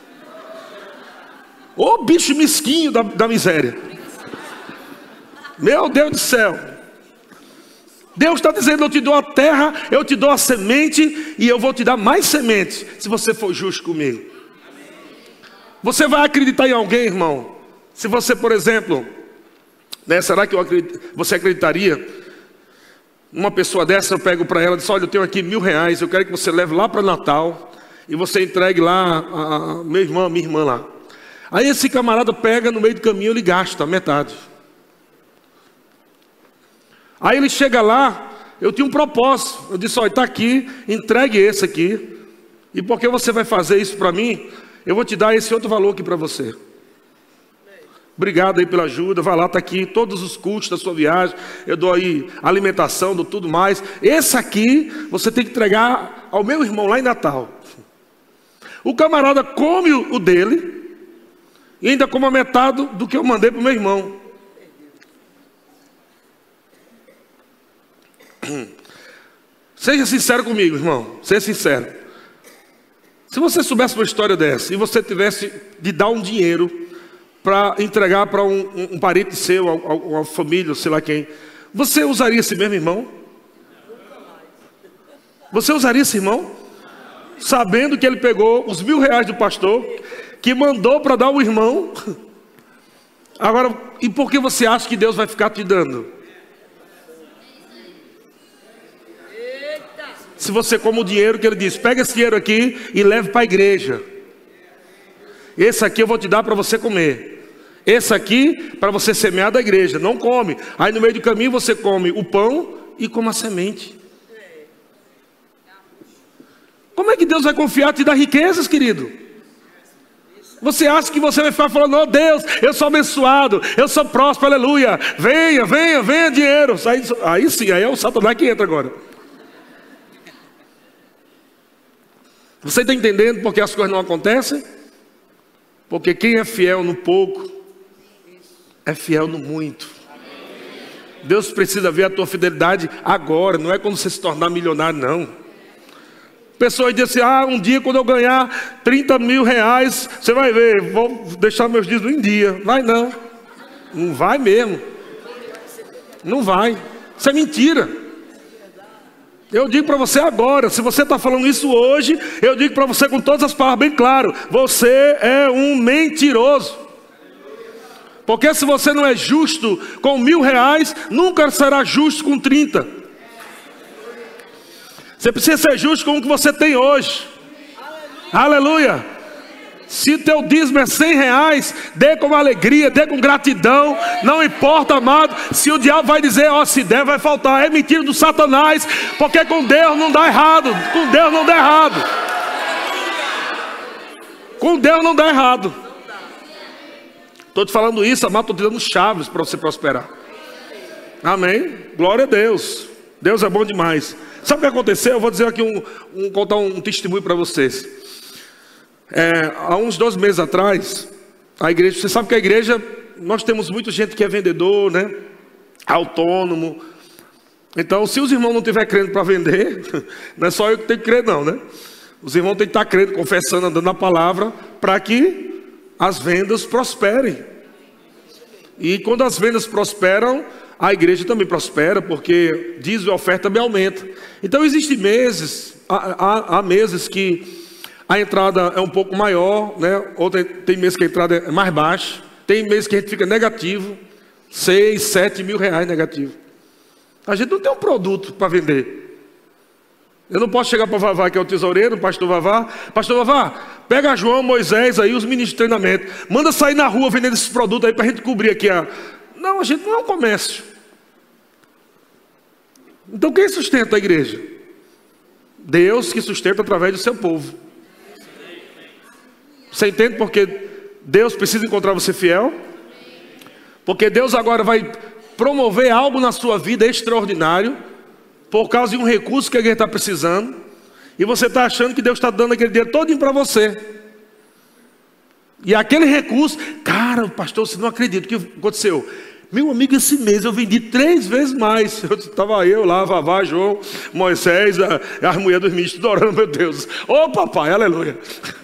Ô bicho mesquinho da miséria. Meu Deus do céu. Deus está dizendo: eu te dou a terra, eu te dou a semente, e eu vou te dar mais semente, se você for justo comigo. Você vai acreditar em alguém, irmão? Se você, por exemplo, né, será que você acreditaria numa pessoa dessa? Eu pego para ela e digo: olha, eu tenho aqui R$1.000, eu quero que você leve lá para Natal, e você entregue lá a meu irmão, a minha irmã lá. Aí esse camarada pega, no meio do caminho ele gasta a metade. Aí ele chega lá, eu tinha um propósito. Eu disse: olha, está aqui, entregue esse aqui. E porque você vai fazer isso para mim, eu vou te dar esse outro valor aqui para você. Obrigado aí pela ajuda. Vai lá, está aqui todos os custos da sua viagem. Eu dou aí alimentação, dou tudo mais. Esse aqui você tem que entregar ao meu irmão lá em Natal. O camarada come o dele e ainda come a metade do que eu mandei para o meu irmão. Seja sincero comigo, irmão. Seja sincero. Se você soubesse uma história dessa e você tivesse de dar um dinheiro para entregar para um parente seu, uma família, sei lá quem, você usaria esse mesmo irmão? Você usaria esse irmão? Sabendo que ele pegou os R$1.000 do pastor, que mandou para dar ao irmão. Agora, e por que você acha que Deus vai ficar te dando? se você come o dinheiro que ele diz, pega esse dinheiro aqui e leve para a igreja. Esse aqui eu vou te dar para você comer. Esse aqui para você semear da igreja. Não come. Aí no meio do caminho você come o pão e come a semente. Como é que Deus vai confiar te dar riquezas, querido? Você acha que você vai ficar falando, oh Deus, eu sou abençoado, eu sou próspero, aleluia. Venha, venha, venha dinheiro. Aí sim, aí é o Satanás que entra agora. Você está entendendo porque as coisas não acontecem? Porque quem é fiel no pouco, é fiel no muito. Deus precisa ver a tua fidelidade agora, não é quando você se tornar milionário, não. Pessoas dizem assim, um dia quando eu ganhar 30 mil reais, você vai ver, vou deixar meus dízimos em dia. Vai não, não vai mesmo. Não vai, isso é mentira. Eu digo para você agora, se você está falando isso hoje, eu digo para você com todas as palavras bem claro, você é um mentiroso. Porque se você não é justo com 1.000 reais, nunca será justo com 30. Você precisa ser justo com o que você tem hoje. Aleluia. Se teu dízimo é 100 reais, dê com alegria, dê com gratidão. Não importa, amado, se o diabo vai dizer, se der vai faltar. É mentira do Satanás, porque com Deus não dá errado. Com Deus não dá errado. Com Deus não dá errado. Estou te falando isso, amado, estou te dando chaves para você prosperar. Amém? Glória a Deus. Deus é bom demais. Sabe o que aconteceu? Eu vou dizer aqui, contar um testemunho para vocês. Há uns 2 meses atrás, a igreja, você sabe que a igreja, nós temos muita gente que é vendedor, né? Autônomo. Então, se os irmãos não estiverem crendo para vender, não é só eu que tenho que crer não, né? Os irmãos têm que estar crendo, confessando, andando na palavra, para que as vendas prosperem. E quando as vendas prosperam, a igreja também prospera, porque dízimo e oferta também aumenta. Então existem meses, há meses que a entrada é um pouco maior, né? Tem meses que a entrada é mais baixa. Tem meses que a gente fica negativo, 6, 7 mil reais negativo. A gente não tem um produto para vender. Eu não posso chegar para o Vavá, que é o tesoureiro, o pastor Vavá. Pastor Vavá, pega João, Moisés aí, os ministros de treinamento. Manda sair na rua vendendo esses produtos aí para a gente cobrir aqui Não, a gente não é um comércio. Então quem sustenta a igreja? Deus que sustenta através do seu povo. Você entende porque Deus precisa encontrar você fiel? Porque Deus agora vai promover algo na sua vida extraordinário, por causa de um recurso que alguém está precisando, e você está achando que Deus está dando aquele dinheiro todinho para você. E aquele recurso, cara, pastor, você não acredita o que aconteceu? Meu amigo, esse mês eu vendi 3 vezes mais. Estava eu lá, Vavá, João, Moisés, as mulheres dos ministros, orando, meu Deus. Ô papai, aleluia.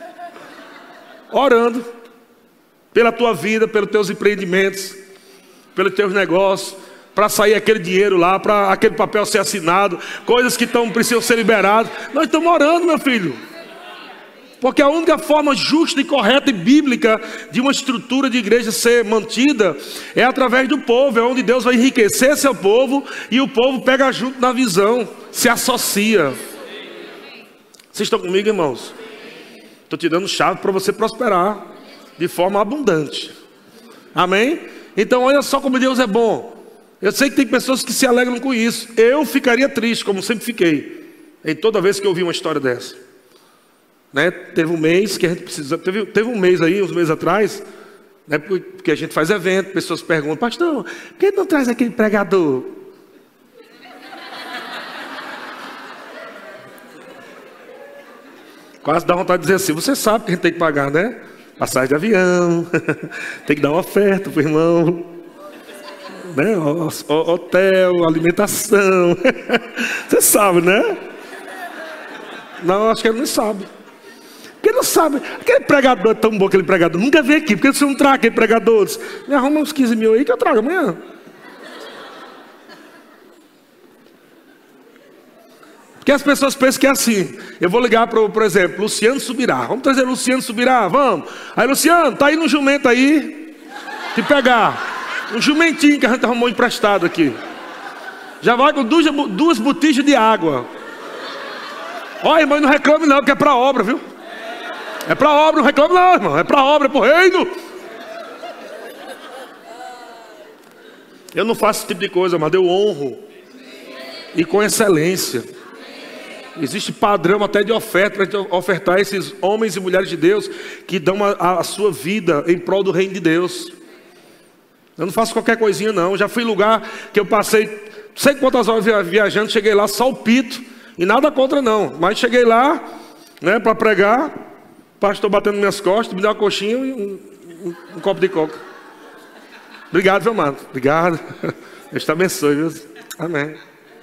Orando pela tua vida, pelos teus empreendimentos, pelos teus negócios, para sair aquele dinheiro lá, para aquele papel ser assinado, coisas que precisam ser liberadas. Nós estamos orando, meu filho. Porque a única forma justa e correta e bíblica de uma estrutura de igreja ser mantida é através do povo, é onde Deus vai enriquecer seu povo e o povo pega junto na visão, se associa. Vocês estão comigo, irmãos? Estou te dando chave para você prosperar de forma abundante. Amém? Então olha só como Deus é bom. Eu sei que tem pessoas que se alegram com isso. Eu ficaria triste, como sempre fiquei, em toda vez que eu ouvi uma história dessa. Né? Teve um mês que a gente precisa. Teve um mês aí, uns meses atrás, né? Porque a gente faz evento, pessoas perguntam, pastor, por que não traz aquele pregador? Quase dá vontade de dizer assim, você sabe que a gente tem que pagar, né? Passagem de avião, tem que dar uma oferta para o irmão, né? Hotel, alimentação. Você sabe, né? Não, acho que ele não sabe. Porque não sabe, aquele pregador é tão bom, aquele pregador, nunca veio aqui, porque você não traga aquele pregador? Me arruma uns 15 mil aí que eu trago amanhã. Porque as pessoas pensam que é assim, eu vou ligar para, por exemplo, Luciano Subirá, vamos trazer Luciano Subirá, vamos. Aí Luciano, tá aí no jumento aí, te pegar, um jumentinho que a gente arrumou emprestado aqui. Já vai com duas botijas de água. Ó, irmão, não reclame não, porque é para obra, viu? É para obra, não reclame não, irmão. É para obra, é para o reino. Eu não faço esse tipo de coisa, mas eu honro. E com excelência. Existe padrão até de oferta para ofertar esses homens e mulheres de Deus que dão a sua vida em prol do reino de Deus. Eu não faço qualquer coisinha não. Já fui em lugar que eu passei não sei quantas horas viajando, cheguei lá só o pito. E nada contra não. Mas cheguei lá, né, para pregar. O pastor batendo nas minhas costas, me deu uma coxinha e um copo de coca. Obrigado, meu amado. Obrigado. Deus te abençoe, viu? Amém.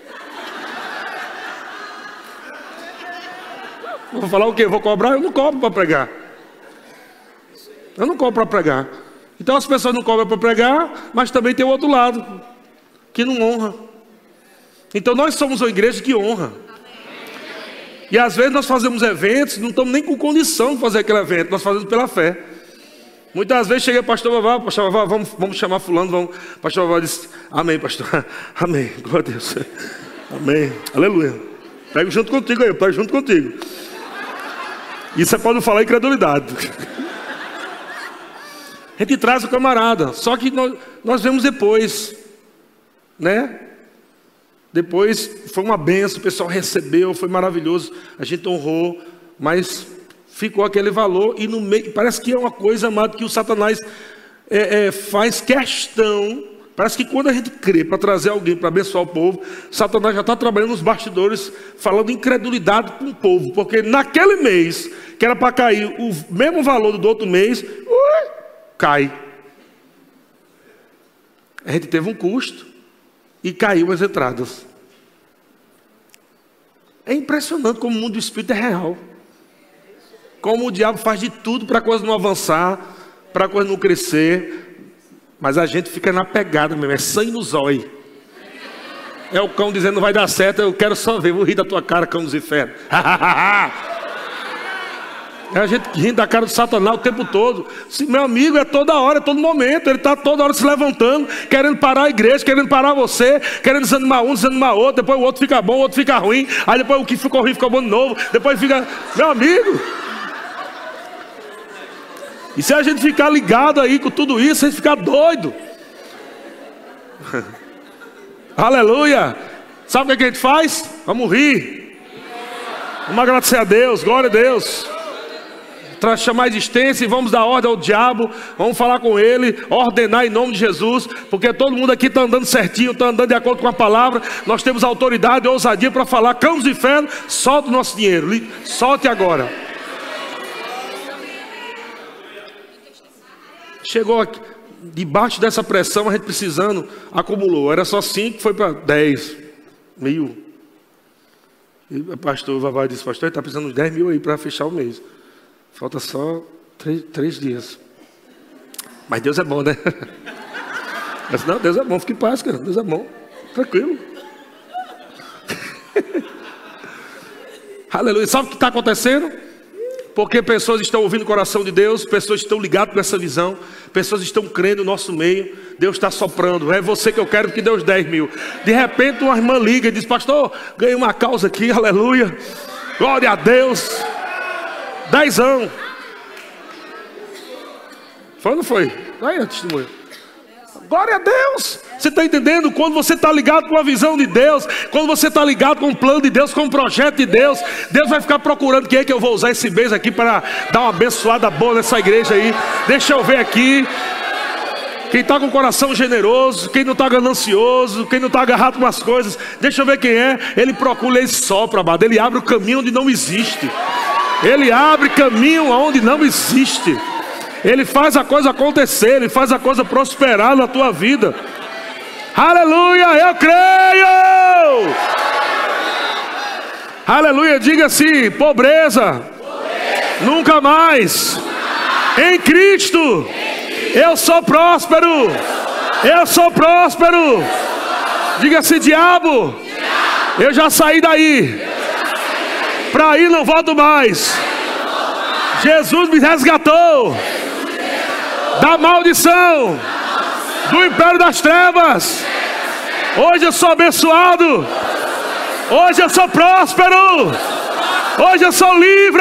Vou falar o quê? Vou cobrar? Eu não cobro para pregar. Eu não cobro para pregar. Então as pessoas não cobram para pregar, mas também tem o outro lado, que não honra. Então nós somos uma igreja que honra. E às vezes nós fazemos eventos, não estamos nem com condição de fazer aquele evento, nós fazemos pela fé. Muitas vezes chega o pastor Vavá, vamos chamar fulano, o pastor Vavá disse, amém, pastor, amém, glória a Deus, amém, aleluia. Pego junto contigo aí, pego junto contigo. Isso é para não falar incredulidade. A gente traz o camarada, só que nós vemos depois, né? Depois foi uma benção, o pessoal recebeu, foi maravilhoso, a gente honrou, mas ficou aquele valor e no meio, parece que é uma coisa, amado, que o Satanás faz questão. Parece que quando a gente crê para trazer alguém para abençoar o povo, Satanás já está trabalhando nos bastidores, falando incredulidade com o povo, porque naquele mês, que era para cair o mesmo valor do outro mês, cai. A gente teve um custo e caiu as entradas. É impressionante como o mundo do espírito é real. Como o diabo faz de tudo para a coisa não avançar, para a coisa não crescer. Mas a gente fica na pegada mesmo, é sangue no zóio. É o cão dizendo não vai dar certo, eu quero só ver, vou rir da tua cara, cão dos infernos. É a gente rindo da cara do Satanás o tempo todo. Meu amigo, é toda hora, é todo momento. Ele está toda hora se levantando, querendo parar a igreja, querendo parar você, querendo desanimar um, desanimar outro. Depois o outro fica bom, o outro fica ruim. Aí depois o que ficou ruim fica bom de novo. Depois fica... Meu amigo... E se a gente ficar ligado aí com tudo isso, a gente ficar doido. Aleluia. Sabe o que a gente faz? Vamos rir. Vamos agradecer a Deus, glória a Deus. Chamar a existência e vamos dar ordem ao diabo. Vamos falar com ele, ordenar em nome de Jesus. Porque todo mundo aqui está andando certinho, está andando de acordo com a palavra. Nós temos autoridade e ousadia para falar. Cãos do inferno, solta o nosso dinheiro. Solte agora. Chegou aqui, debaixo dessa pressão, a gente precisando, acumulou. Era só 5, foi para 10 mil. E o pastor Vavá disse, pastor, ele está precisando de 10 mil aí para fechar o mês. Falta só 3 dias. Mas Deus é bom, né? Eu disse, não, Deus é bom, fique em paz, cara. Deus é bom, tranquilo. Aleluia. Sabe o que está acontecendo? Porque pessoas estão ouvindo o coração de Deus, pessoas estão ligadas com essa visão, pessoas estão crendo no nosso meio, Deus está soprando, é você que eu quero que dê os 10 mil. De repente uma irmã liga e diz, pastor, ganhei uma causa aqui, aleluia, glória a Deus, 10 anos. Foi ou não foi? Aí a testemunha. Glória a Deus. Você está entendendo? Quando você está ligado com a visão de Deus, quando você está ligado com o plano de Deus, com o projeto de Deus, Deus vai ficar procurando quem é que eu vou usar esse mês aqui para dar uma abençoada boa nessa igreja aí. Deixa eu ver aqui. Quem está com o coração generoso, quem não está ganancioso, quem não está agarrado com as coisas, deixa eu ver quem é. Ele procura, ele sopra, amado. Ele abre o caminho onde não existe. Ele abre caminho onde não existe. Ele faz a coisa acontecer, ele faz a coisa prosperar na tua vida. Aleluia, eu creio. Aleluia, diga assim, pobreza. Nunca mais. Em Cristo, eu sou próspero. Eu sou próspero. Diga assim, diabo, eu já saí daí. Para aí não volto mais. Jesus me resgatou da maldição do império das trevas. Hoje eu sou abençoado. Hoje eu sou próspero. Hoje eu sou livre.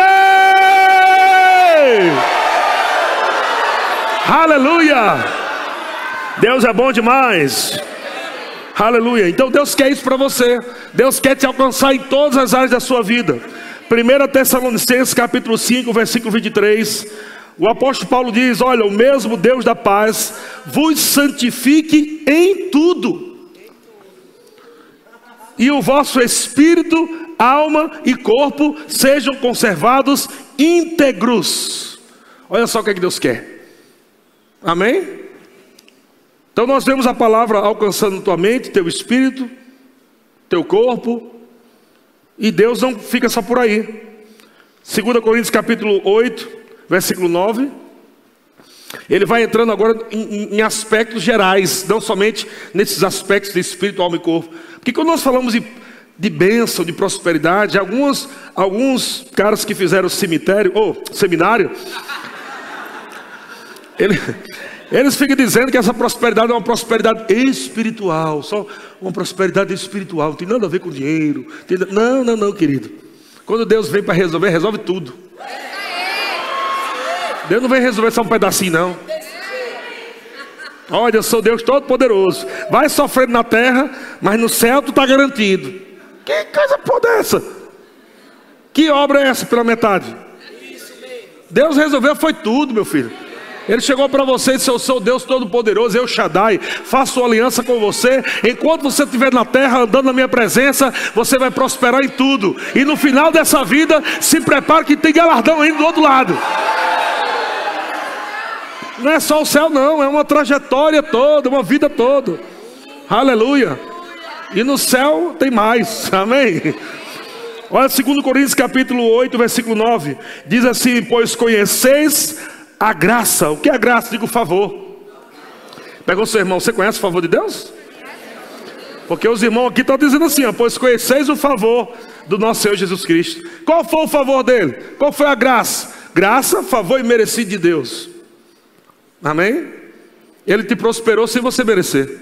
Aleluia. Deus é bom demais. Aleluia. Então Deus quer isso para você. Deus quer te alcançar em todas as áreas da sua vida. 1 Tessalonicenses capítulo 5, versículo 23. O apóstolo Paulo diz: olha, o mesmo Deus da paz vos santifique em tudo, e o vosso espírito, alma e corpo sejam conservados íntegros. Olha só o que é que Deus quer. Amém? Então nós vemos a palavra alcançando tua mente, teu espírito, teu corpo. E Deus não fica só por aí. 2 Coríntios capítulo 8, versículo 9. Ele vai entrando agora em aspectos gerais, não somente nesses aspectos de espírito, alma e corpo. Porque quando nós falamos de bênção, de prosperidade, alguns caras que fizeram seminário, eles ficam dizendo que essa prosperidade é uma prosperidade espiritual, só uma prosperidade espiritual, não tem nada a ver com dinheiro. Não, querido. Quando Deus vem para resolver, resolve tudo. Deus não vem resolver só um pedacinho, não. Olha, eu sou Deus Todo-Poderoso. Vai sofrendo na terra, mas no céu tu está garantido. Que coisa foda é essa? Que obra é essa pela metade? Deus resolveu, foi tudo, meu filho. Ele chegou para você e disse: eu sou Deus Todo-Poderoso, eu Shaddai, faço aliança com você. Enquanto você estiver na terra, andando na minha presença, você vai prosperar em tudo. E no final dessa vida, se prepare que tem galardão ainda do outro lado. Não é só o céu não, é uma trajetória toda, uma vida toda. Aleluia. E no céu tem mais, amém? Olha 2 Coríntios capítulo 8, versículo 9. Diz assim: pois conheceis a graça. O que é a graça? Diga o favor. Pega o seu irmão: você conhece o favor de Deus? Porque os irmãos aqui estão dizendo assim: pois conheceis o favor do nosso Senhor Jesus Cristo. Qual foi o favor dele? Qual foi a graça? Graça, favor imerecido de Deus. Amém? Ele te prosperou sem você merecer.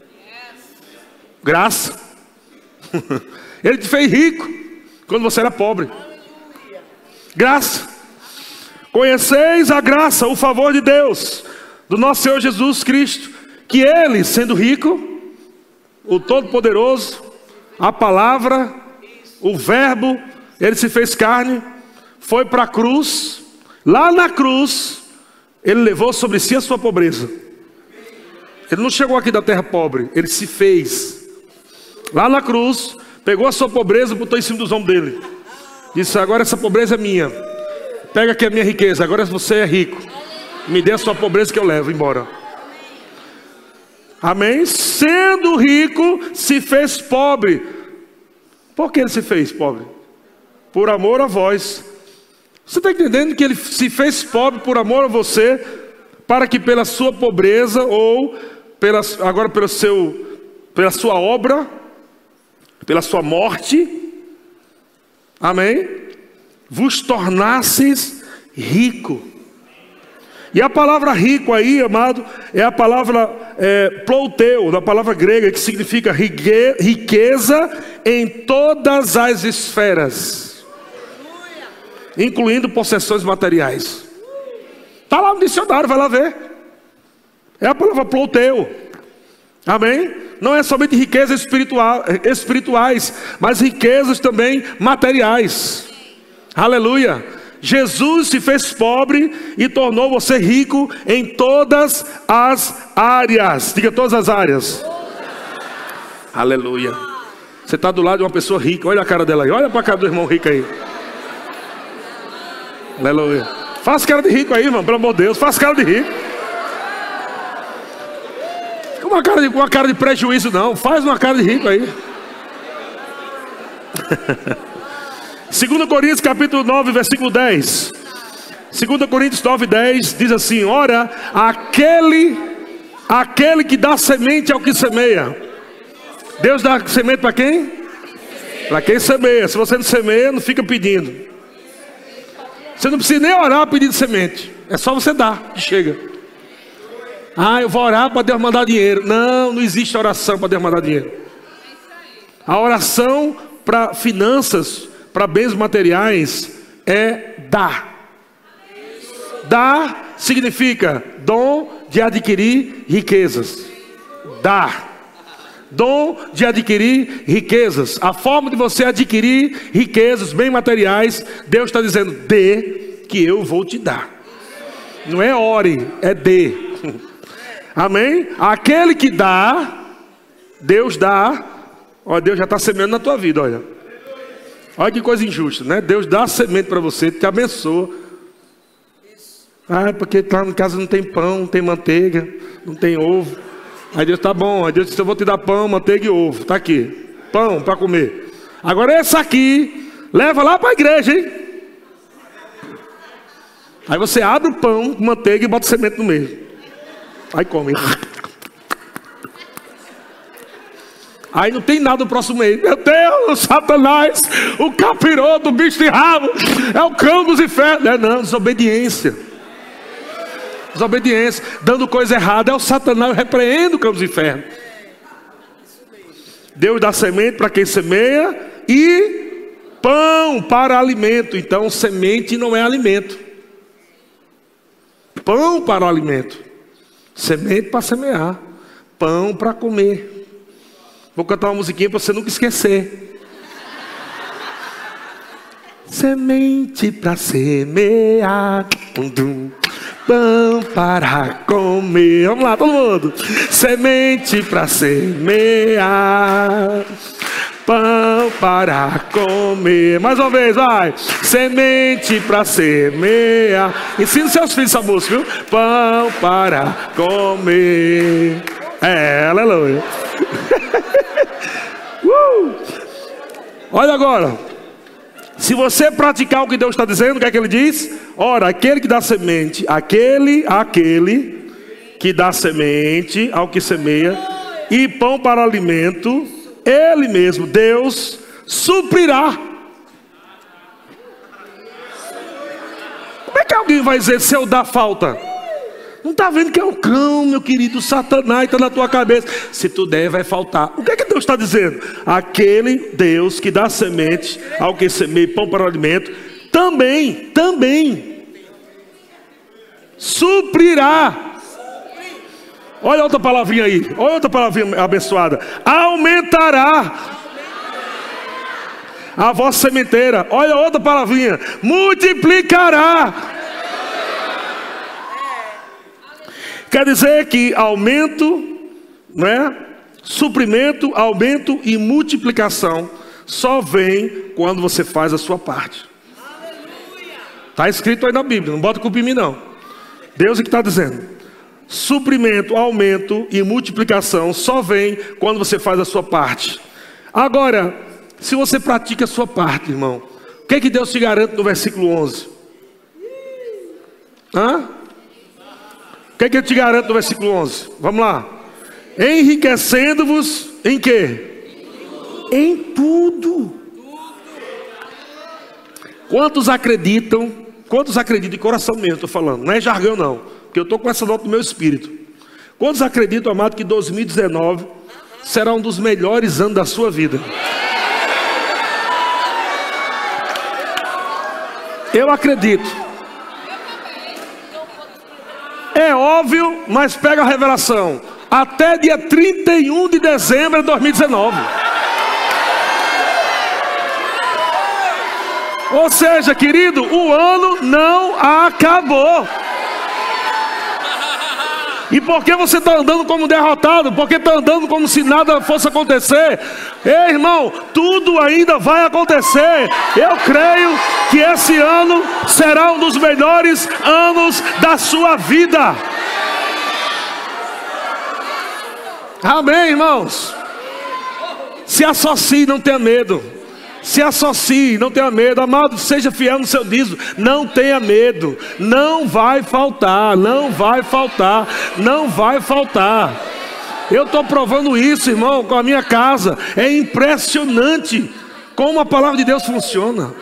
Graça. Ele te fez rico quando você era pobre. Graça. Conheceis a graça, o favor de Deus, do nosso Senhor Jesus Cristo, que Ele, sendo rico, o Todo-Poderoso, a palavra, o verbo, Ele se fez carne, foi para a cruz. Lá na cruz, Ele levou sobre si a sua pobreza. Ele não chegou aqui da terra pobre, Ele se fez. Lá na cruz, pegou a sua pobreza e botou em cima dos ombros dele. Disse: agora essa pobreza é minha. Pega aqui a minha riqueza, agora você é rico. Me dê a sua pobreza que eu levo embora. Amém? Sendo rico, se fez pobre. Por que ele se fez pobre? Por amor a vós. Você está entendendo que ele se fez pobre por amor a você, para que pela sua pobreza, ou agora pela sua obra, pela sua morte, amém, vos tornasseis rico. E a palavra rico aí, amado, é a palavra plouteu, da palavra grega, que significa riqueza em todas as esferas, incluindo possessões materiais. Está lá no dicionário, vai lá ver. É a palavra plouteu. Amém? Não é somente riquezas espirituais, mas riquezas também materiais. Aleluia. Jesus se fez pobre e tornou você rico em todas as áreas. Diga: todas as áreas. Aleluia. Você está do lado de uma pessoa rica, olha a cara dela aí, olha para a cara do irmão rico aí. Aleluia. Faz cara de rico aí, irmão, pelo amor de Deus, faz cara de rico. Uma cara de prejuízo não, faz uma cara de rico aí. 2 Coríntios capítulo 9, versículo 10. 2 Coríntios 9, 10 diz assim: ora, aquele que dá semente ao que semeia. Deus dá semente para quem? Para quem semeia. Se você não semeia, não fica pedindo. Você não precisa nem orar pedindo semente. É só você dar, que chega. Eu vou orar para Deus mandar dinheiro. Não existe oração para Deus mandar dinheiro. A oração para finanças, para bens materiais é dar. Dar significa dom de adquirir riquezas. Dar. Dom de adquirir riquezas. A forma de você adquirir riquezas, bens materiais, Deus está dizendo: dê, que eu vou te dar. Não é ore, é dê. Amém? Aquele que dá, Deus dá. Olha, Deus já está semeando na tua vida, olha. Olha que coisa injusta, né? Deus dá a semente para você, te abençoa. Ah, porque lá em casa não tem pão, não tem manteiga, não tem ovo. Aí Deus, tá bom, aí Deus disse: eu vou te dar pão, manteiga e ovo. Está aqui, pão para comer. Agora esse aqui, leva lá para a igreja, hein? Aí você abre o pão, manteiga e bota semente no meio. Aí come. Aí não tem nada no próximo mês. Meu Deus, Satanás, o capiroto, o bicho de rabo, é o cão dos infernos. Não, desobediência. Desobediência, dando coisa errada, é o Satanás. Eu repreendo o cão dos infernos. Deus dá semente para quem semeia e pão para alimento. Então semente não é alimento. Pão para o alimento. Semente para semear. Pão para comer. Vou cantar uma musiquinha para você nunca esquecer. Semente para semear. Pão para comer. Vamos lá, todo mundo. Semente para semear. Pão para comer. Mais uma vez, vai. Semente para semear. Ensina seus filhos essa música, viu? Pão para comer. Aleluia. Olha agora. Se você praticar o que Deus está dizendo, o que é que ele diz? Ora, aquele que dá semente, aquele que dá semente ao que semeia e pão para alimento, ele mesmo, Deus, suprirá. Como é que alguém vai dizer se eu dar falta? Não está vendo que é o cão, meu querido? Satanás está na tua cabeça. Se tu der, vai faltar. O que é que Deus está dizendo? Aquele Deus que dá semente ao que semeia pão para o alimento, também suprirá. Olha outra palavrinha aí. Olha outra palavrinha abençoada. Aumentará a vossa sementeira. Olha outra palavrinha. Multiplicará. Quer dizer que aumento, né? Suprimento, aumento e multiplicação só vem quando você faz a sua parte. Está escrito aí na Bíblia, não bota culpa em mim não. Deus é que está dizendo. Suprimento, aumento e multiplicação só vem quando você faz a sua parte. Agora, se você pratica a sua parte, irmão, o que é que Deus te garante no versículo 11? O que é que ele te garante no versículo 11? Vamos lá. Enriquecendo-vos em quê? Em tudo. Quantos acreditam de coração mesmo, estou falando, não é jargão não, porque eu estou com essa nota no meu espírito. Quantos acreditam, amado, que 2019 será um dos melhores anos da sua vida? Eu acredito. É óbvio, mas pega a revelação. Até dia 31 de dezembro de 2019. Ou seja, querido, o ano não acabou. E por que você está andando como derrotado? Porque está andando como se nada fosse acontecer. Ei, irmão, tudo ainda vai acontecer. Eu creio que esse ano será um dos melhores anos da sua vida. Amém, irmãos? Se associe, não tenha medo. Se associe, não tenha medo. Amado, seja fiel no seu dízimo. Não tenha medo. Não vai faltar. Não vai faltar. Não vai faltar. Eu estou provando isso, irmão, com a minha casa. É impressionante como a palavra de Deus funciona.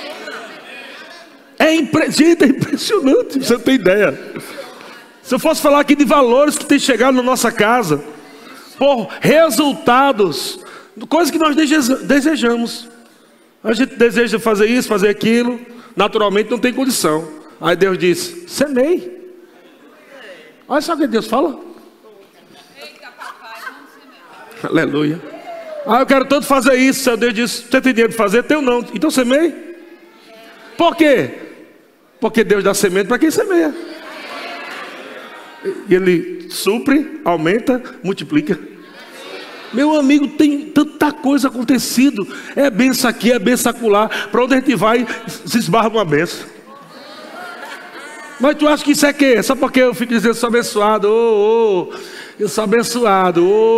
Gente, é impressionante. Você não tem ideia. Se eu fosse falar aqui de valores que tem chegado na nossa casa, por resultados, coisas que nós desejamos. A gente deseja fazer isso, fazer aquilo, naturalmente não tem condição. Aí Deus diz, semeie. Olha só o que Deus fala. Aleluia. Eu quero tanto fazer isso. Aí Deus diz, você tem dinheiro de fazer? Teu não. Então semeie. Por quê? Porque Deus dá semente para quem semeia. E Ele supre, aumenta, multiplica. Meu amigo, tem tanta coisa acontecido. É benção aqui, é benção acolá. Para onde a gente vai, se esbarra uma benção. Mas tu acha que isso é quê? Só porque eu fico dizendo, sou abençoado. Eu sou abençoado.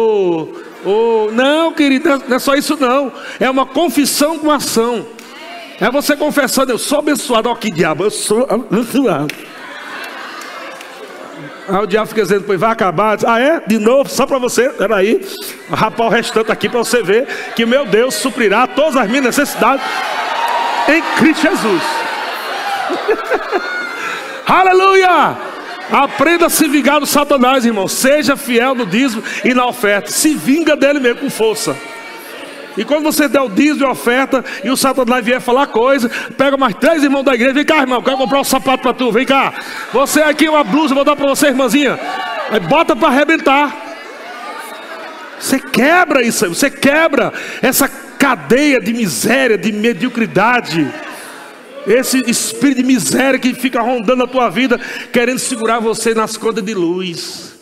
Não, querido, não é só isso não. É uma confissão com ação. É você confessando, eu sou abençoado. Olha que diabo, eu sou abençoado. Aí o diabo fica dizendo, pois vai acabar. Diz, é? De novo? Só para você? Peraí, rapar o restante aqui para você ver que meu Deus suprirá todas as minhas necessidades em Cristo Jesus. Aleluia! Aprenda a se vingar do Satanás, irmão. Seja fiel no dízimo e na oferta. Se vinga dele mesmo com força. E quando você der o dízimo e a oferta e o Satanás vier falar coisa, pega mais 3 irmãos da igreja. Vem cá, irmão, quero comprar um sapato para tu. Vem cá. Você aqui, uma blusa, vou dar para você, irmãzinha. Aí bota para arrebentar. Você quebra isso aí. Você quebra essa cadeia de miséria, de mediocridade. Esse espírito de miséria que fica rondando a tua vida, querendo segurar você nas contas de luz.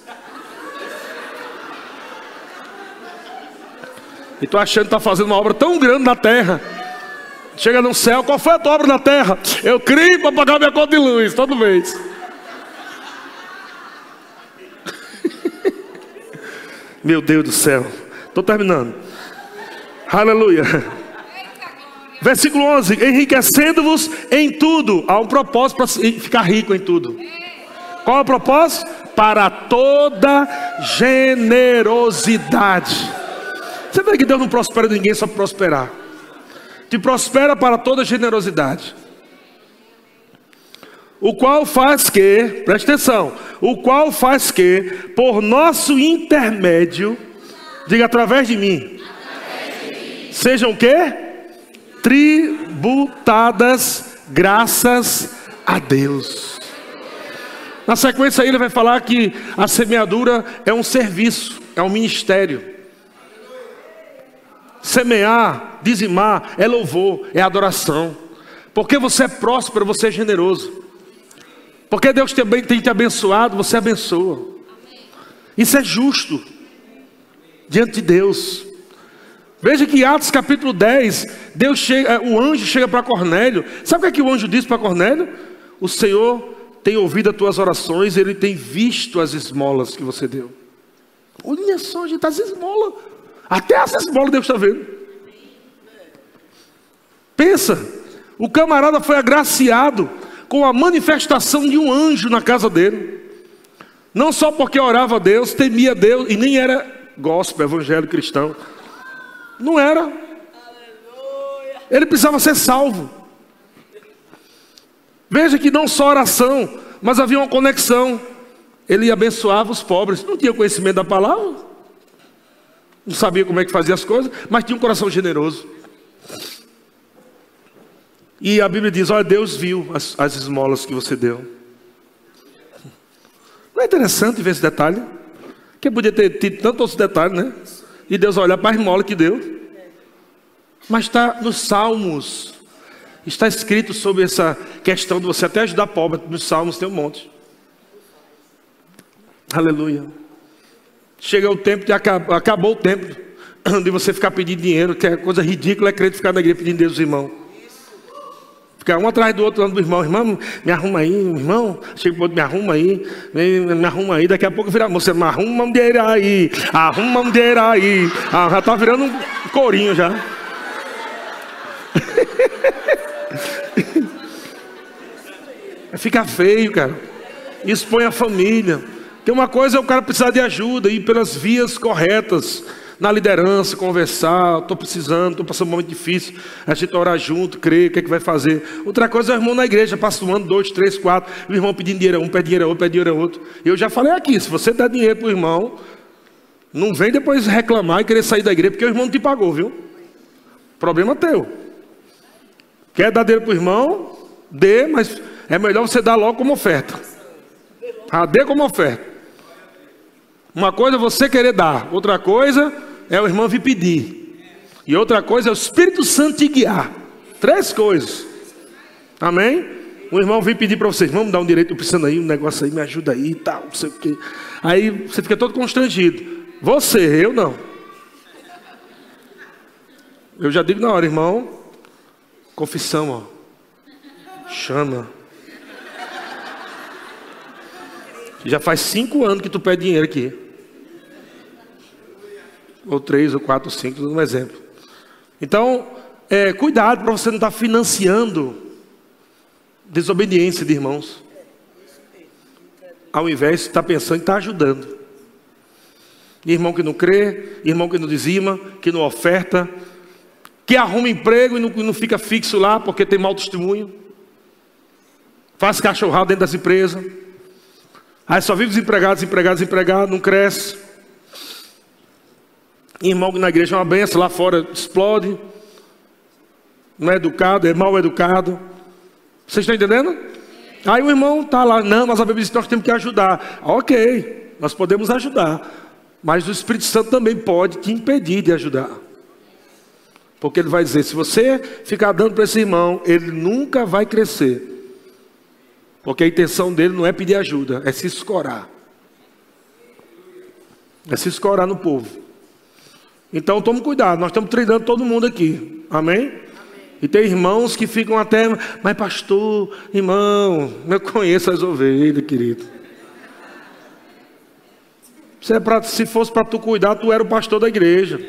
E tu achando que está fazendo uma obra tão grande na terra. Chega no céu, qual foi a tua obra na terra? Eu criei para pagar minha conta de luz, todo mês. Meu Deus do céu. Estou terminando. Aleluia. Versículo 11. Enriquecendo-vos em tudo. Há um propósito para ficar rico em tudo. Qual é o propósito? Para toda generosidade. Você vê que Deus não prospera ninguém só para prosperar. Te prospera para toda generosidade. O qual faz que, preste atenção, o qual faz que, por nosso intermédio, diga através de mim, sejam o quê? Tributadas graças a Deus. Na sequência aí ele vai falar que a semeadura é um serviço, é um ministério. Semear, dizimar, é louvor, é adoração. Porque você é próspero, você é generoso. Porque Deus tem te abençoado, você abençoa. Isso é justo diante de Deus. Veja que em Atos capítulo 10, o anjo chega para Cornélio. Sabe o que o anjo disse para Cornélio? O Senhor tem ouvido as tuas orações, Ele tem visto as esmolas que você deu. Olha só, gente, as esmolas. Até as esmolas Deus está vendo. Pensa, o camarada foi agraciado com a manifestação de um anjo na casa dele. Não só porque orava a Deus, temia Deus, e nem era gospel, evangelho cristão. Não era. Ele precisava ser salvo. Veja que não só oração, mas havia uma conexão. Ele abençoava os pobres. Não tinha conhecimento da palavra, não sabia como é que fazia as coisas, mas tinha um coração generoso. E a Bíblia diz, olha, Deus viu as esmolas que você deu. Não é interessante ver esse detalhe? Que podia ter tido tantos outros detalhes, né? E Deus olha para a esmola que deu. Mas está nos Salmos. Está escrito sobre essa questão de você até ajudar pobre. Nos Salmos tem um monte. Aleluia. Chega o tempo de acabou o tempo de você ficar pedindo dinheiro, que é coisa ridícula, é crente ficar na igreja pedindo dinheiro dos irmãos. Ficar um atrás do outro, do irmão, irmão, me arruma aí, irmão, chega pro outro, me arruma aí, me arruma aí, daqui a pouco vira moça, me arruma um dinheiro aí, arruma um dinheiro aí. Já tá virando um corinho já. Fica feio, cara. Expõe a família. Tem uma coisa, o cara precisar de ajuda, ir pelas vias corretas, na liderança, conversar, estou precisando, estou passando um momento difícil, a gente orar junto, crer, o que é que vai fazer. Outra coisa é o irmão na igreja, passa um ano, 2, 3, 4, o irmão pedindo dinheiro a um, pede dinheiro a outro, pede dinheiro a outro. Eu já falei aqui, se você der dinheiro para o irmão, não vem depois reclamar e querer sair da igreja, porque o irmão não te pagou, viu? Problema teu. Quer dar dinheiro para o irmão? Dê, mas é melhor você dar logo como oferta. Dê como oferta. Uma coisa é você querer dar, outra coisa é o irmão vir pedir. E outra coisa é o Espírito Santo te guiar. 3 coisas. Amém? O irmão vem pedir para vocês: vamos dar um direito, eu precisando aí, um negócio aí, me ajuda aí e tal, não sei o quê. Aí você fica todo constrangido. Você, eu não. Eu já digo na hora: irmão, confissão, ó. Chama. Já faz 5 anos que tu pede dinheiro aqui. Ou 3, ou 4, ou 5, dando um exemplo. Então, cuidado para você não estar financiando desobediência de irmãos, ao invés de estar pensando em estar ajudando. Irmão que não crê, irmão que não dizima, que não oferta, que arruma emprego e não fica fixo lá porque tem mau testemunho, faz cachorrada dentro das empresas, aí só vive desempregado, não cresce. Irmão que na igreja é uma benção, lá fora explode, não é educado, é mal educado. Vocês estão entendendo? Aí o irmão está lá: não, mas a Bíblia diz que nós temos que ajudar. Ok, nós podemos ajudar, mas o Espírito Santo também pode te impedir de ajudar. Porque ele vai dizer: se você ficar dando para esse irmão, ele nunca vai crescer. Porque a intenção dele não é pedir ajuda, é se escorar. É se escorar no povo. Então tome cuidado, nós estamos treinando todo mundo aqui. Amém? E tem irmãos que ficam até: mas pastor, irmão, eu conheço as ovelhas, querido. Se fosse para tu cuidar, tu era o pastor da igreja.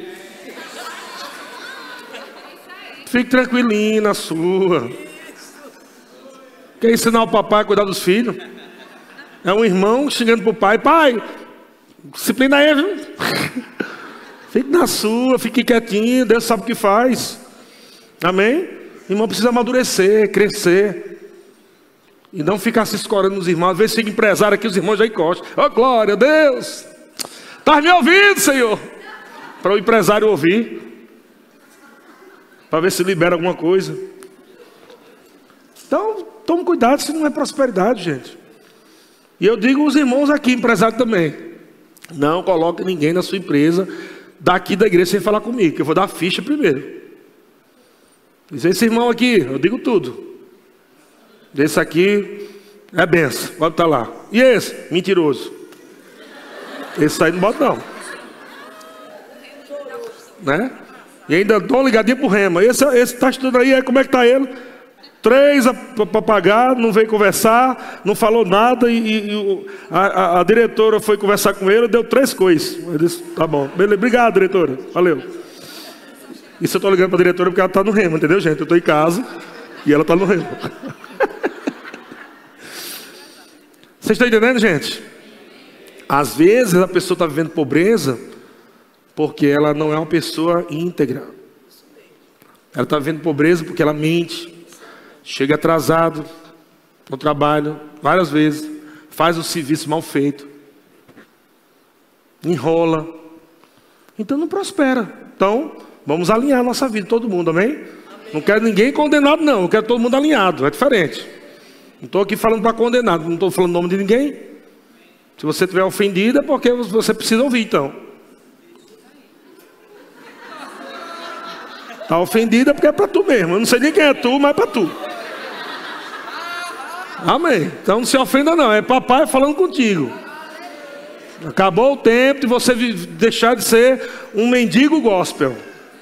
Fique tranquilinho na sua. Quer ensinar o papai a cuidar dos filhos? É um irmão chegando para o pai: pai, disciplina aí, viu? Fique na sua, fique quietinho, Deus sabe o que faz. Amém? O irmão precisa amadurecer, crescer. E não ficar se escorando nos irmãos. Às vezes fica empresário aqui, os irmãos já encostam. Oh, glória a Deus! Está me ouvindo, Senhor? Para o empresário ouvir. Para ver se libera alguma coisa. Então, tome cuidado se não é prosperidade, gente. E eu digo aos irmãos aqui, empresário também: não coloque ninguém na sua empresa daqui da igreja sem falar comigo, que eu vou dar a ficha primeiro. Diz: esse irmão aqui, eu digo tudo. Esse aqui é benção, pode estar lá. E esse? Mentiroso. Esse aí não bota não. Né? E ainda dou uma ligadinha pro Rema. Esse está estudando aí como é que está ele? 3 para pagar, não veio conversar, não falou nada. E a diretora foi conversar com ele, deu 3 coisas. Ele disse: tá bom, beleza, obrigado, diretora, valeu. Isso eu estou ligando para a diretora porque ela está no Rema, entendeu, gente? Eu estou em casa e ela está no Rema. Vocês estão entendendo, gente? Às vezes a pessoa está vivendo pobreza porque ela não é uma pessoa íntegra. Ela está vivendo pobreza porque ela mente, chega atrasado no trabalho várias vezes, faz o serviço mal feito, enrola, então não prospera. Então vamos alinhar a nossa vida, todo mundo, amém? Não quero ninguém condenado não, eu quero todo mundo alinhado, é diferente. Não estou aqui falando para condenado, não estou falando o nome de ninguém. Se você estiver ofendido é porque você precisa ouvir, então. Está ofendido é porque é para tu mesmo, eu não sei nem quem é tu, mas é para tu. Amém? Então não se ofenda não, é papai falando contigo. Acabou o tempo de você deixar de ser um mendigo gospel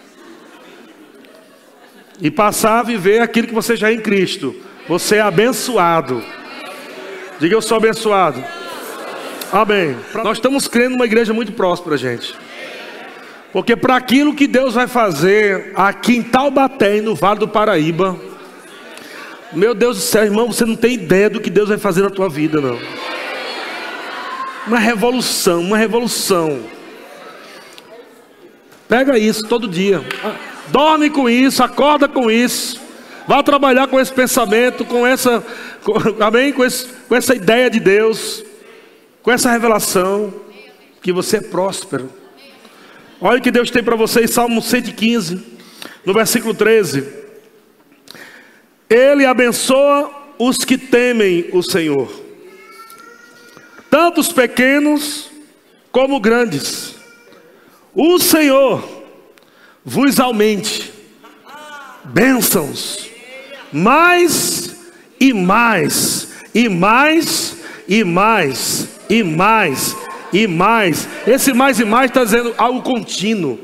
e passar a viver aquilo que você já é em Cristo. Você é abençoado. Diga: eu sou abençoado. Amém. Nós estamos crendo numa igreja muito próspera, gente. Porque para aquilo que Deus vai fazer aqui em Taubaté, no Vale do Paraíba, meu Deus do céu, irmão, você não tem ideia do que Deus vai fazer na tua vida, não. Uma revolução, uma revolução. Pega isso todo dia. Dorme com isso, acorda com isso. Vá trabalhar com esse pensamento, amém? Com essa ideia de Deus, com essa revelação, que você é próspero. Olha o que Deus tem para você em Salmo 115, no versículo 13. Ele abençoa os que temem o Senhor, tanto os pequenos como grandes. O Senhor vos aumente bênçãos, mais e mais, e mais, e mais, e mais, e mais. Esse mais e mais está dizendo algo contínuo.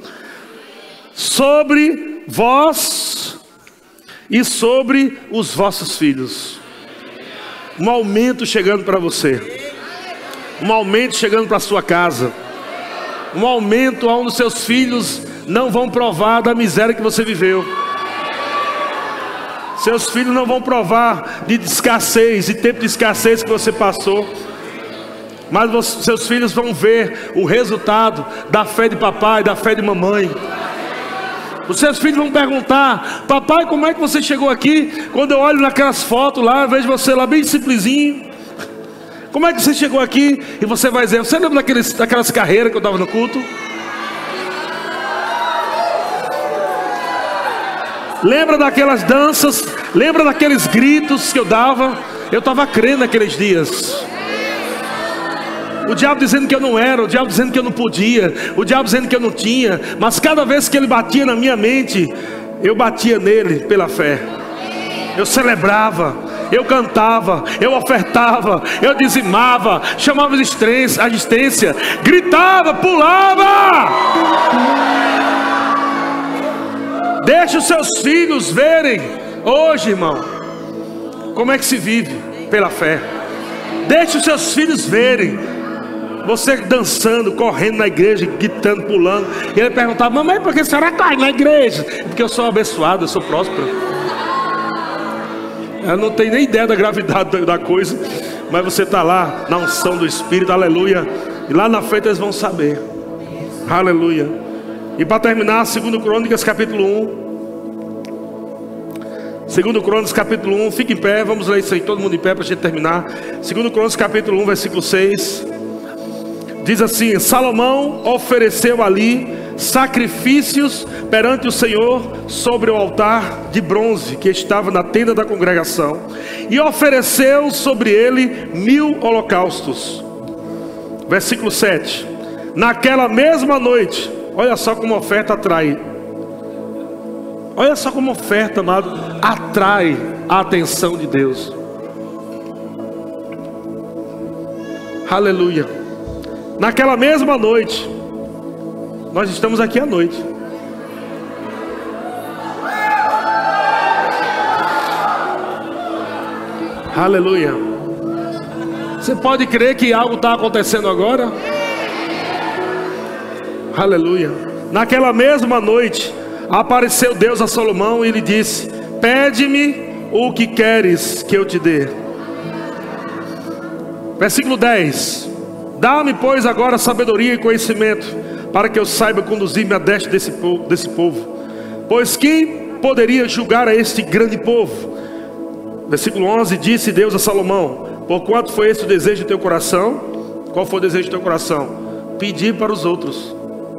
Sobre vós e sobre os vossos filhos. Um aumento chegando para você. Um aumento chegando para a sua casa. Um aumento onde os seus filhos não vão provar da miséria que você viveu. Seus filhos não vão provar de escassez, de tempo de escassez que você passou. Mas seus filhos vão ver o resultado da fé de papai, da fé de mamãe. Os seus filhos vão perguntar: papai, como é que você chegou aqui? Quando eu olho naquelas fotos lá, eu vejo você lá bem simplesinho. Como é que você chegou aqui? E você vai dizer: você lembra daquelas carreiras que eu estava no culto? Lembra daquelas danças? Lembra daqueles gritos que eu dava? Eu estava crendo naqueles dias. O diabo dizendo que eu não era, o diabo dizendo que eu não podia, o diabo dizendo que eu não tinha. Mas cada vez que ele batia na minha mente, eu batia nele pela fé. Eu celebrava, eu cantava, eu ofertava, eu dizimava, chamava de assistência, gritava, pulava. Deixa os seus filhos verem hoje, irmão, como é que se vive pela fé. Deixa os seus filhos verem você dançando, correndo na igreja, gritando, pulando. E ele perguntava: mamãe, por que a senhora corre na igreja? Porque eu sou abençoado, eu sou próspero. Eu não tenho nem ideia da gravidade da coisa, mas você está lá na unção do Espírito, aleluia. E lá na frente eles vão saber, aleluia. E para terminar, 2 Crônicas capítulo 1. 2 Crônicas capítulo 1, fique em pé, vamos ler isso aí, todo mundo em pé para a gente terminar. 2 Crônicas capítulo 1, versículo 6. Diz assim: Salomão ofereceu ali sacrifícios perante o Senhor sobre o altar de bronze que estava na tenda da congregação, e ofereceu sobre ele 1000 holocaustos. Versículo 7. Naquela mesma noite, olha só como a oferta atrai. Olha só como a oferta, amado, atrai a atenção de Deus. Aleluia. Naquela mesma noite, nós estamos aqui à noite. Aleluia. Você pode crer que algo está acontecendo agora? Aleluia. Naquela mesma noite, apareceu Deus a Salomão e lhe disse: pede-me o que queres que eu te dê. Versículo 10. Dá-me, pois, agora sabedoria e conhecimento, para que eu saiba conduzir-me a destra desse povo. Pois quem poderia julgar a este grande povo? Versículo 11. Disse Deus a Salomão: porquanto foi esse o desejo do teu coração? Qual foi o desejo do teu coração? Pedir para os outros.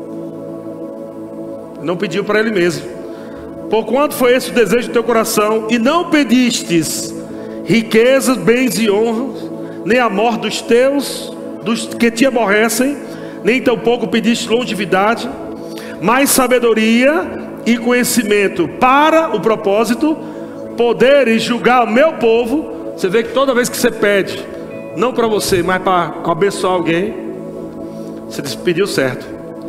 Não pediu para ele mesmo. Porquanto foi esse o desejo do teu coração, e não pedistes riquezas, bens e honras, nem a morte dos teus, dos que te aborrecem, nem tampouco pediste longevidade, mas sabedoria e conhecimento, para o propósito, poderes julgar o meu povo. Você vê que toda vez que você pede, não para você, mas para abençoar alguém, você pediu certo.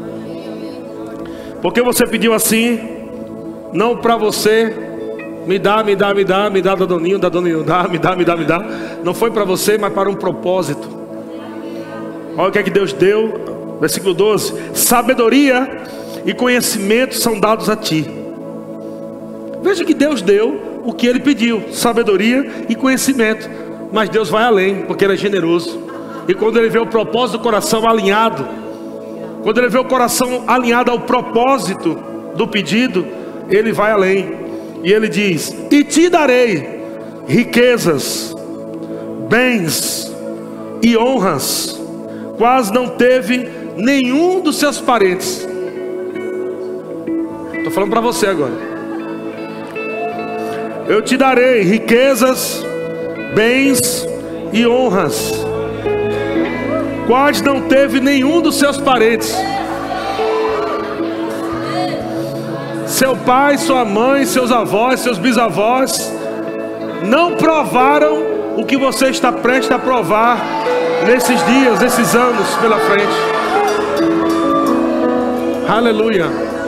Porque você pediu assim, não para você, me dá, da Doninho, dá, me dá. Não foi para você, mas para um propósito. Olha o que é que Deus deu. Versículo 12. Sabedoria e conhecimento são dados a ti. Veja que Deus deu o que ele pediu: sabedoria e conhecimento. Mas Deus vai além, porque ele é generoso. E quando ele vê o propósito do coração alinhado, quando ele vê o coração alinhado ao propósito do pedido, ele vai além. E ele diz: e te darei riquezas, bens e honras, quase não teve nenhum dos seus parentes. Estou falando para você agora. Eu te darei riquezas, bens e honras, quais não teve nenhum dos seus parentes. Seu pai, sua mãe, seus avós, seus bisavós não provaram o que você está prestes a provar nesses dias, nesses anos pela frente. Aleluia.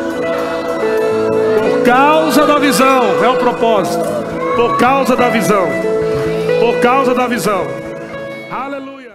Por causa da visão, é o propósito. Por causa da visão. Por causa da visão. Aleluia.